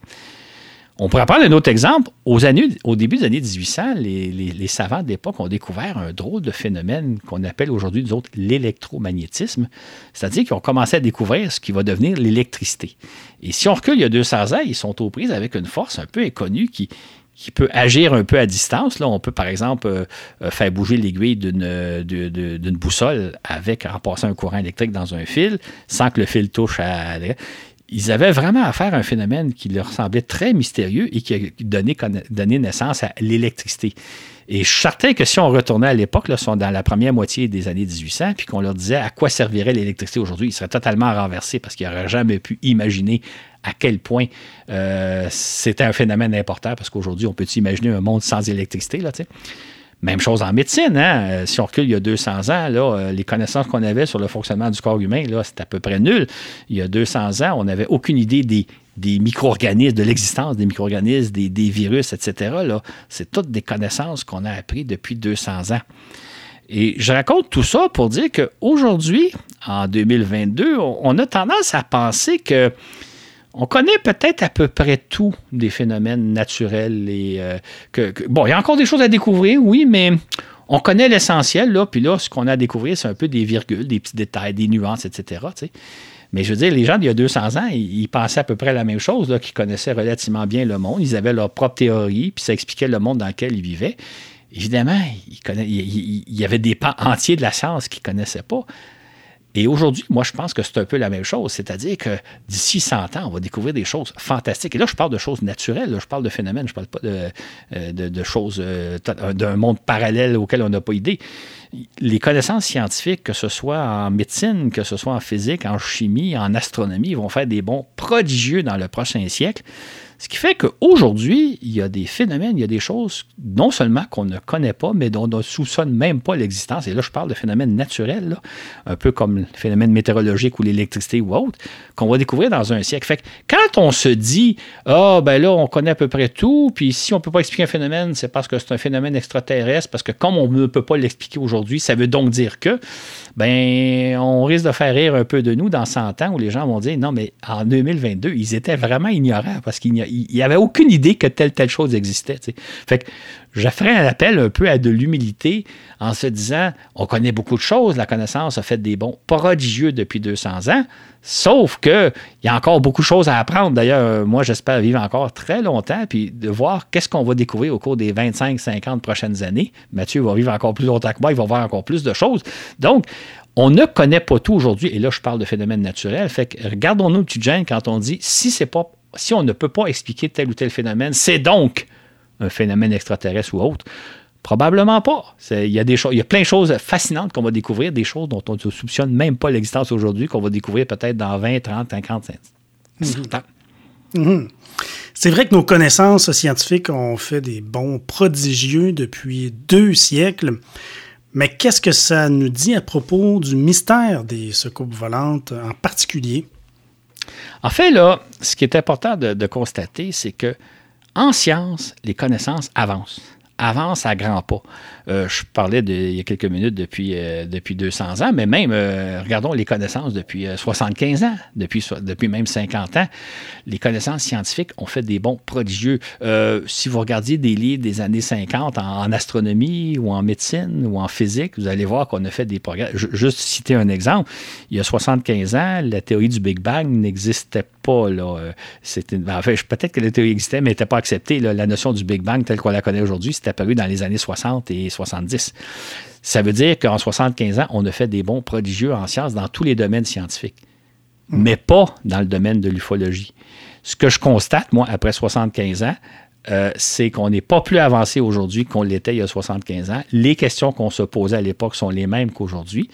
On pourrait prendre un autre exemple. Aux années, au début des années dix-huit cents, les, les, les savants de l'époque ont découvert un drôle de phénomène qu'on appelle aujourd'hui, nous autres, l'électromagnétisme. C'est-à-dire qu'ils ont commencé à découvrir ce qui va devenir l'électricité. Et si on recule il y a deux cents ans, ils sont aux prises avec une force un peu inconnue qui, qui peut agir un peu à distance. Là, on peut, par exemple, euh, faire bouger l'aiguille d'une, de, de, d'une boussole avec, en passant un courant électrique dans un fil, sans que le fil touche à... Ils avaient vraiment affaire à un phénomène qui leur semblait très mystérieux et qui a donné, donné naissance à l'électricité. Et je suis certain que si on retournait à l'époque, là, sont dans la première moitié des années dix-huit cents, puis qu'on leur disait à quoi servirait l'électricité aujourd'hui, ils seraient totalement renversés parce qu'ils n'auraient jamais pu imaginer à quel point euh, c'était un phénomène important, parce qu'aujourd'hui, on peut imaginer un monde sans électricité, là, tu sais. Même chose en médecine, hein? Si on recule il y a deux cents ans, là, les connaissances qu'on avait sur le fonctionnement du corps humain, là, c'était à peu près nul. Il y a deux cents ans, on n'avait aucune idée des, des micro-organismes, de l'existence des micro-organismes, des, des virus, et cetera. Là. C'est toutes des connaissances qu'on a apprises depuis deux cents ans. Et je raconte tout ça pour dire qu'aujourd'hui, en deux mille vingt-deux, on a tendance à penser que on connaît peut-être à peu près tout des phénomènes naturels. Et, euh, que, que, bon, il y a encore des choses à découvrir, oui, mais on connaît l'essentiel, là, puis là, ce qu'on a à découvrir, c'est un peu des virgules, des petits détails, des nuances, et cetera. Tu sais. Mais je veux dire, les gens d'il y a deux cents ans, ils, ils pensaient à peu près la même chose, là, qu'ils connaissaient relativement bien le monde, ils avaient leur propre théorie, puis ça expliquait le monde dans lequel ils vivaient. Évidemment, ils connaissaient, il, il, il y avait des pans entiers de la science qu'ils ne connaissaient pas. Et aujourd'hui, moi, je pense que c'est un peu la même chose. C'est-à-dire que d'ici cent ans, on va découvrir des choses fantastiques. Et là, je parle de choses naturelles, là, je parle de phénomènes, je ne parle pas de, de, de choses, d'un monde parallèle auquel on n'a pas idée. Les connaissances scientifiques, que ce soit en médecine, que ce soit en physique, en chimie, en astronomie, vont faire des bonds prodigieux dans le prochain siècle. Ce qui fait qu'aujourd'hui, il y a des phénomènes, il y a des choses, non seulement qu'on ne connaît pas, mais dont on ne soupçonne même pas l'existence. Et là, je parle de phénomènes naturels, là, un peu comme le phénomène météorologique ou l'électricité ou autre, qu'on va découvrir dans un siècle. Fait que quand on se dit, ah, ben là, on connaît à peu près tout, puis si on ne peut pas expliquer un phénomène, c'est parce que c'est un phénomène extraterrestre, parce que comme on ne peut pas l'expliquer aujourd'hui, ça veut donc dire que, ben, on risque de faire rire un peu de nous dans cent ans où les gens vont dire, non, mais en deux mille vingt-deux, ils étaient vraiment ignorants parce qu'il n'y a il n'y avait aucune idée que telle, telle chose existait. T'sais. Fait que je ferais un appel un peu à de l'humilité en se disant, on connaît beaucoup de choses, la connaissance a fait des bonds prodigieux depuis deux cents ans, sauf qu'il y a encore beaucoup de choses à apprendre. D'ailleurs, moi, j'espère vivre encore très longtemps, puis de voir qu'est-ce qu'on va découvrir au cours des vingt-cinq cinquante prochaines années. Mathieu va vivre encore plus longtemps que moi, il va voir encore plus de choses. Donc, on ne connaît pas tout aujourd'hui, et là, je parle de phénomènes naturels. Fait que regardons-nous, petite Jane, quand on dit, si c'est pas si on ne peut pas expliquer tel ou tel phénomène, c'est donc un phénomène extraterrestre ou autre. Probablement pas. C'est, il, y a des cho- il y a plein de choses fascinantes qu'on va découvrir, des choses dont on ne soupçonne même pas l'existence aujourd'hui, qu'on va découvrir peut-être dans vingt, trente, cinquante, cinquante ans. Mm-hmm. C'est vrai que nos connaissances scientifiques ont fait des bonds prodigieux depuis deux siècles. Mais qu'est-ce que ça nous dit à propos du mystère des soucoupes volantes en particulier? En fait, là, ce qui est important de, de constater, c'est que en science, les connaissances avancent. avance à grands pas. Euh, je parlais de, il y a quelques minutes depuis, euh, depuis deux cents ans, mais même, euh, regardons les connaissances depuis euh, soixante-quinze ans, depuis, depuis même cinquante ans. Les connaissances scientifiques ont fait des bonds prodigieux. Euh, si vous regardiez des livres des années cinquante en, en astronomie ou en médecine ou en physique, vous allez voir qu'on a fait des progrès. Je, juste citer un exemple. Il y a soixante-quinze ans, la théorie du Big Bang n'existait pas. Là. C'était, en fait, peut-être que la théorie existait, mais n'était pas acceptée. Là. La notion du Big Bang telle qu'on la connaît aujourd'hui, c'est apparu dans les années soixante et soixante-dix. Ça veut dire qu'en soixante-quinze ans, on a fait des bonds prodigieux en sciences dans tous les domaines scientifiques, mmh. mais pas dans le domaine de l'ufologie. Ce que je constate, moi, après soixante-quinze ans, euh, c'est qu'on n'est pas plus avancé aujourd'hui qu'on l'était il y a soixante-quinze ans. Les questions qu'on se posait à l'époque sont les mêmes qu'aujourd'hui.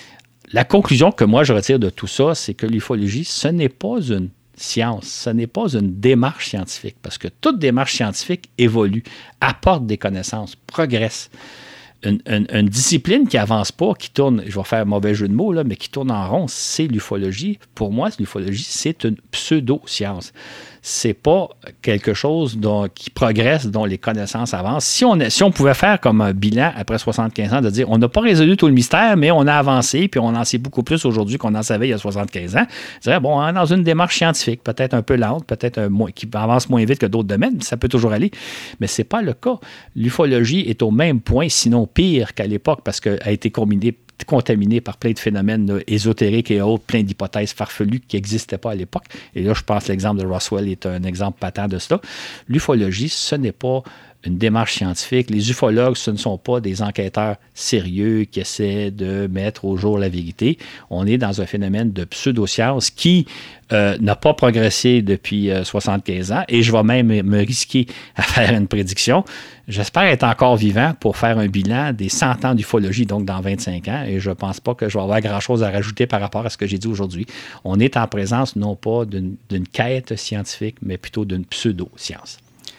La conclusion que moi, je retire de tout ça, c'est que l'ufologie, ce n'est pas une science, ce n'est pas une démarche scientifique, parce que toute démarche scientifique évolue, apporte des connaissances, progresse. Une, une, une discipline qui n'avance pas, qui tourne, je vais faire un mauvais jeu de mots, là, mais qui tourne en rond, c'est l'ufologie. Pour moi, l'ufologie, c'est une pseudo-science. C'est pas quelque chose dont, qui progresse, dont les connaissances avancent. Si on, si on pouvait faire comme un bilan après soixante-quinze ans, de dire on n'a pas résolu tout le mystère, mais on a avancé, puis on en sait beaucoup plus aujourd'hui qu'on en savait il y a soixante-quinze ans, je dirais, bon, hein, dans une démarche scientifique, peut-être un peu lente, peut-être un, moins, qui avance moins vite que d'autres domaines, ça peut toujours aller, mais c'est pas le cas. L'ufologie est au même point, sinon pire qu'à l'époque, parce qu'elle a été combinée contaminé par plein de phénomènes là, ésotériques et autres, plein d'hypothèses farfelues qui n'existaient pas à l'époque. Et là, je pense que l'exemple de Roswell est un exemple patent de cela. L'ufologie, ce n'est pas une démarche scientifique. Les ufologues, ce ne sont pas des enquêteurs sérieux qui essaient de mettre au jour la vérité. On est dans un phénomène de pseudo-science qui euh, n'a pas progressé depuis euh, soixante-quinze ans, et je vais même me risquer à faire une prédiction. J'espère être encore vivant pour faire un bilan des cent ans d'ufologie, donc dans vingt-cinq ans, et je ne pense pas que je vais avoir grand-chose à rajouter par rapport à ce que j'ai dit aujourd'hui. On est en présence non pas d'une, d'une quête scientifique, mais plutôt d'une pseudo-science.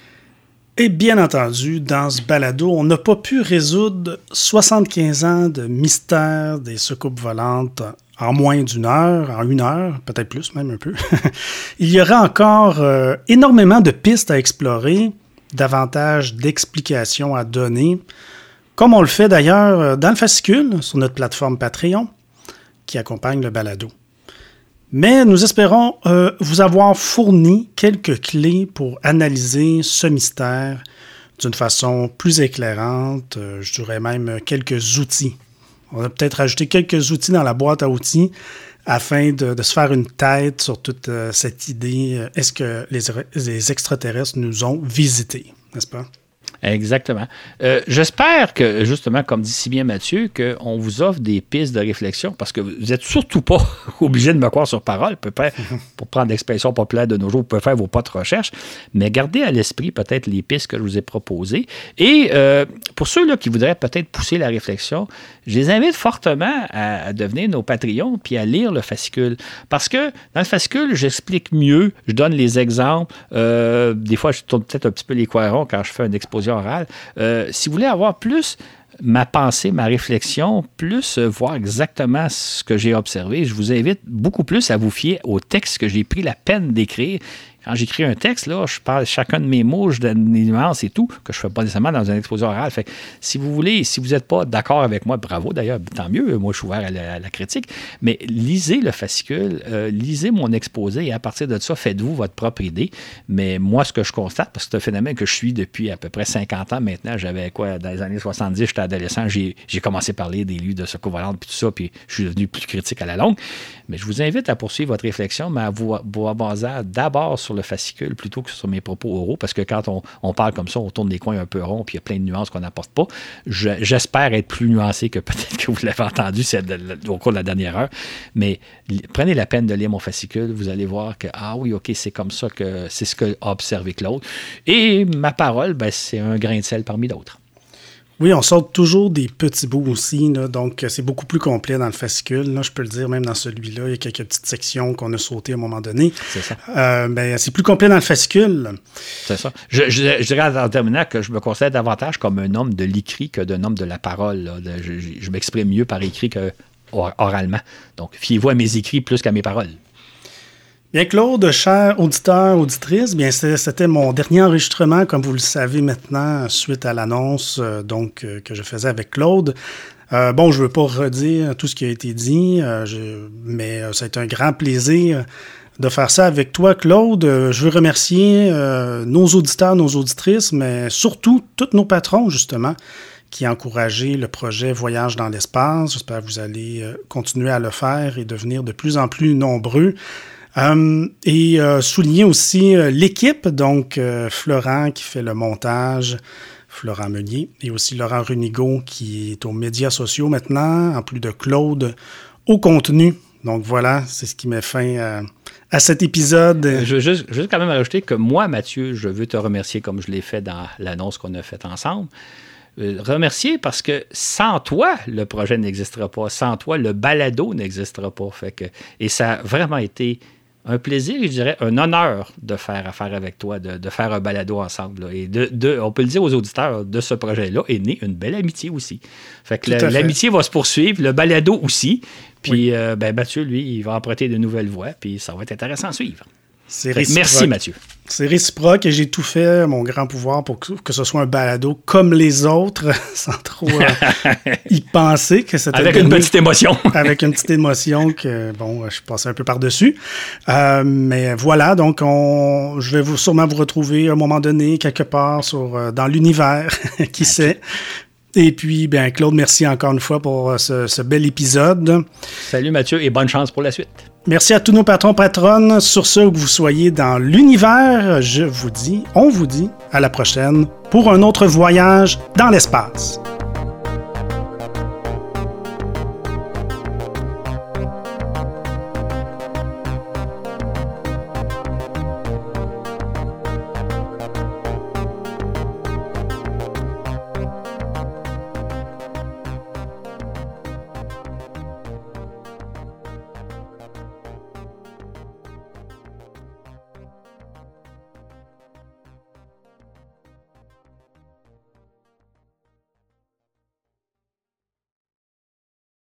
Et bien entendu, dans ce balado, on n'a pas pu résoudre soixante-quinze ans de mystère des soucoupes volantes en moins d'une heure, en une heure, peut-être plus même un peu. Il y aura encore euh, énormément de pistes à explorer, davantage d'explications à donner, comme on le fait d'ailleurs dans le fascicule sur notre plateforme Patreon qui accompagne le balado. Mais nous espérons euh, vous avoir fourni quelques clés pour analyser ce mystère d'une façon plus éclairante, euh, je dirais même quelques outils. On a peut-être rajouté quelques outils dans la boîte à outils afin de, de se faire une tête sur toute euh, cette idée. Euh, est-ce que les, les extraterrestres nous ont visités, n'est-ce pas? Exactement. Euh, j'espère que, justement, comme dit si bien Mathieu, qu'on vous offre des pistes de réflexion, parce que vous n'êtes surtout pas obligé de me croire sur parole. Peut-être, pour prendre l'expression populaire de nos jours, vous pouvez faire vos propres recherches, mais gardez à l'esprit peut-être les pistes que je vous ai proposées. Et euh, pour ceux là, qui voudraient peut-être pousser la réflexion, je les invite fortement à, à devenir nos Patreons puis à lire le fascicule. Parce que dans le fascicule, j'explique mieux, je donne les exemples. Euh, des fois, je tourne peut-être un petit peu les coirons quand je fais une exposition orale. Euh, si vous voulez avoir plus ma pensée, ma réflexion, plus euh, voir exactement ce que j'ai observé, je vous invite beaucoup plus à vous fier au texte que j'ai pris la peine d'écrire. Quand j'écris un texte, là, je parle chacun de mes mots, je donne des nuances et tout, que je ne fais pas nécessairement dans un exposé oral. Fait que si vous voulez, si vous n'êtes pas d'accord avec moi, bravo d'ailleurs, tant mieux, moi je suis ouvert à la, à la critique, mais lisez le fascicule, euh, lisez mon exposé et à partir de ça, faites-vous votre propre idée. Mais moi, ce que je constate, parce que c'est un phénomène que je suis depuis à peu près cinquante ans maintenant, j'avais quoi, dans les années soixante-dix, j'étais adolescent, j'ai, j'ai commencé à parler des livres de soucoupes volantes puis tout ça, puis je suis devenu plus critique à la longue. Mais je vous invite à poursuivre votre réflexion, mais à vous, vous baser d'abord sur le fascicule plutôt que sur mes propos oraux, parce que quand on, on parle comme ça, on tourne des coins un peu ronds, puis il y a plein de nuances qu'on n'apporte pas. Je, j'espère être plus nuancé que peut-être que vous l'avez entendu c'est de, de, au cours de la dernière heure, mais li, prenez la peine de lire mon fascicule, vous allez voir que, ah oui, OK, c'est comme ça que c'est ce qu'a observé Claude. Et ma parole, ben, c'est un grain de sel parmi d'autres. Oui, on sort toujours des petits bouts aussi, là, donc c'est beaucoup plus complet dans le fascicule. Là, je peux le dire, même dans celui-là, il y a quelques petites sections qu'on a sautées à un moment donné. C'est ça. Euh, ben, c'est plus complet dans le fascicule. C'est ça. Je, je, je dirais en terminant que je me considère davantage comme un homme de l'écrit que d'un homme de la parole. Là. De, je, je m'exprime mieux par écrit que oralement. Donc, fiez-vous à mes écrits plus qu'à mes paroles. Bien, Claude, cher auditeur, auditrice, bien, c'était mon dernier enregistrement, comme vous le savez maintenant, suite à l'annonce euh, donc euh, que je faisais avec Claude. Euh, bon, je ne veux pas redire tout ce qui a été dit, euh, je, mais euh, ça a été un grand plaisir de faire ça avec toi, Claude. Euh, je veux remercier euh, nos auditeurs, nos auditrices, mais surtout tous nos patrons, justement, qui ont encouragé le projet Voyage dans l'espace. J'espère que vous allez euh, continuer à le faire et devenir de plus en plus nombreux. Euh, et euh, souligner aussi euh, l'équipe, donc euh, Florent qui fait le montage, Florent Meunier, et aussi Laurent Runigo qui est aux médias sociaux maintenant, en plus de Claude au contenu. Donc voilà, c'est ce qui met fin euh, à cet épisode. Je veux juste, juste quand même rajouter que moi, Mathieu, je veux te remercier comme je l'ai fait dans l'annonce qu'on a faite ensemble. Euh, remercier parce que sans toi, le projet n'existera pas. Sans toi, le balado n'existera pas. Fait que, et ça a vraiment été un plaisir, je dirais, un honneur de faire affaire avec toi, de, de faire un balado ensemble. Là. Et de, de, on peut le dire aux auditeurs, de ce projet-là est née une belle amitié aussi. Fait que la, l'amitié va se poursuivre, le balado aussi. Puis oui. euh, ben, Mathieu, lui, il va emprunter de nouvelles voies, puis ça va être intéressant à suivre. C'est fait, merci, Mathieu. C'est réciproque et j'ai tout fait, mon grand pouvoir, pour que, que ce soit un balado comme les autres, sans trop euh, y penser. Que c'était avec donné, une petite émotion. Avec une petite émotion que, bon, je suis passé un peu par-dessus. Euh, mais voilà, donc on, je vais vous, sûrement vous retrouver à un moment donné, quelque part sur, euh, dans l'univers, qui sait. Et puis, bien, Claude, merci encore une fois pour ce, ce bel épisode. Salut Mathieu et bonne chance pour la suite. Merci à tous nos patrons patronnes. Sur ce, que vous soyez dans l'univers, je vous dis, on vous dit à la prochaine pour un autre voyage dans l'espace.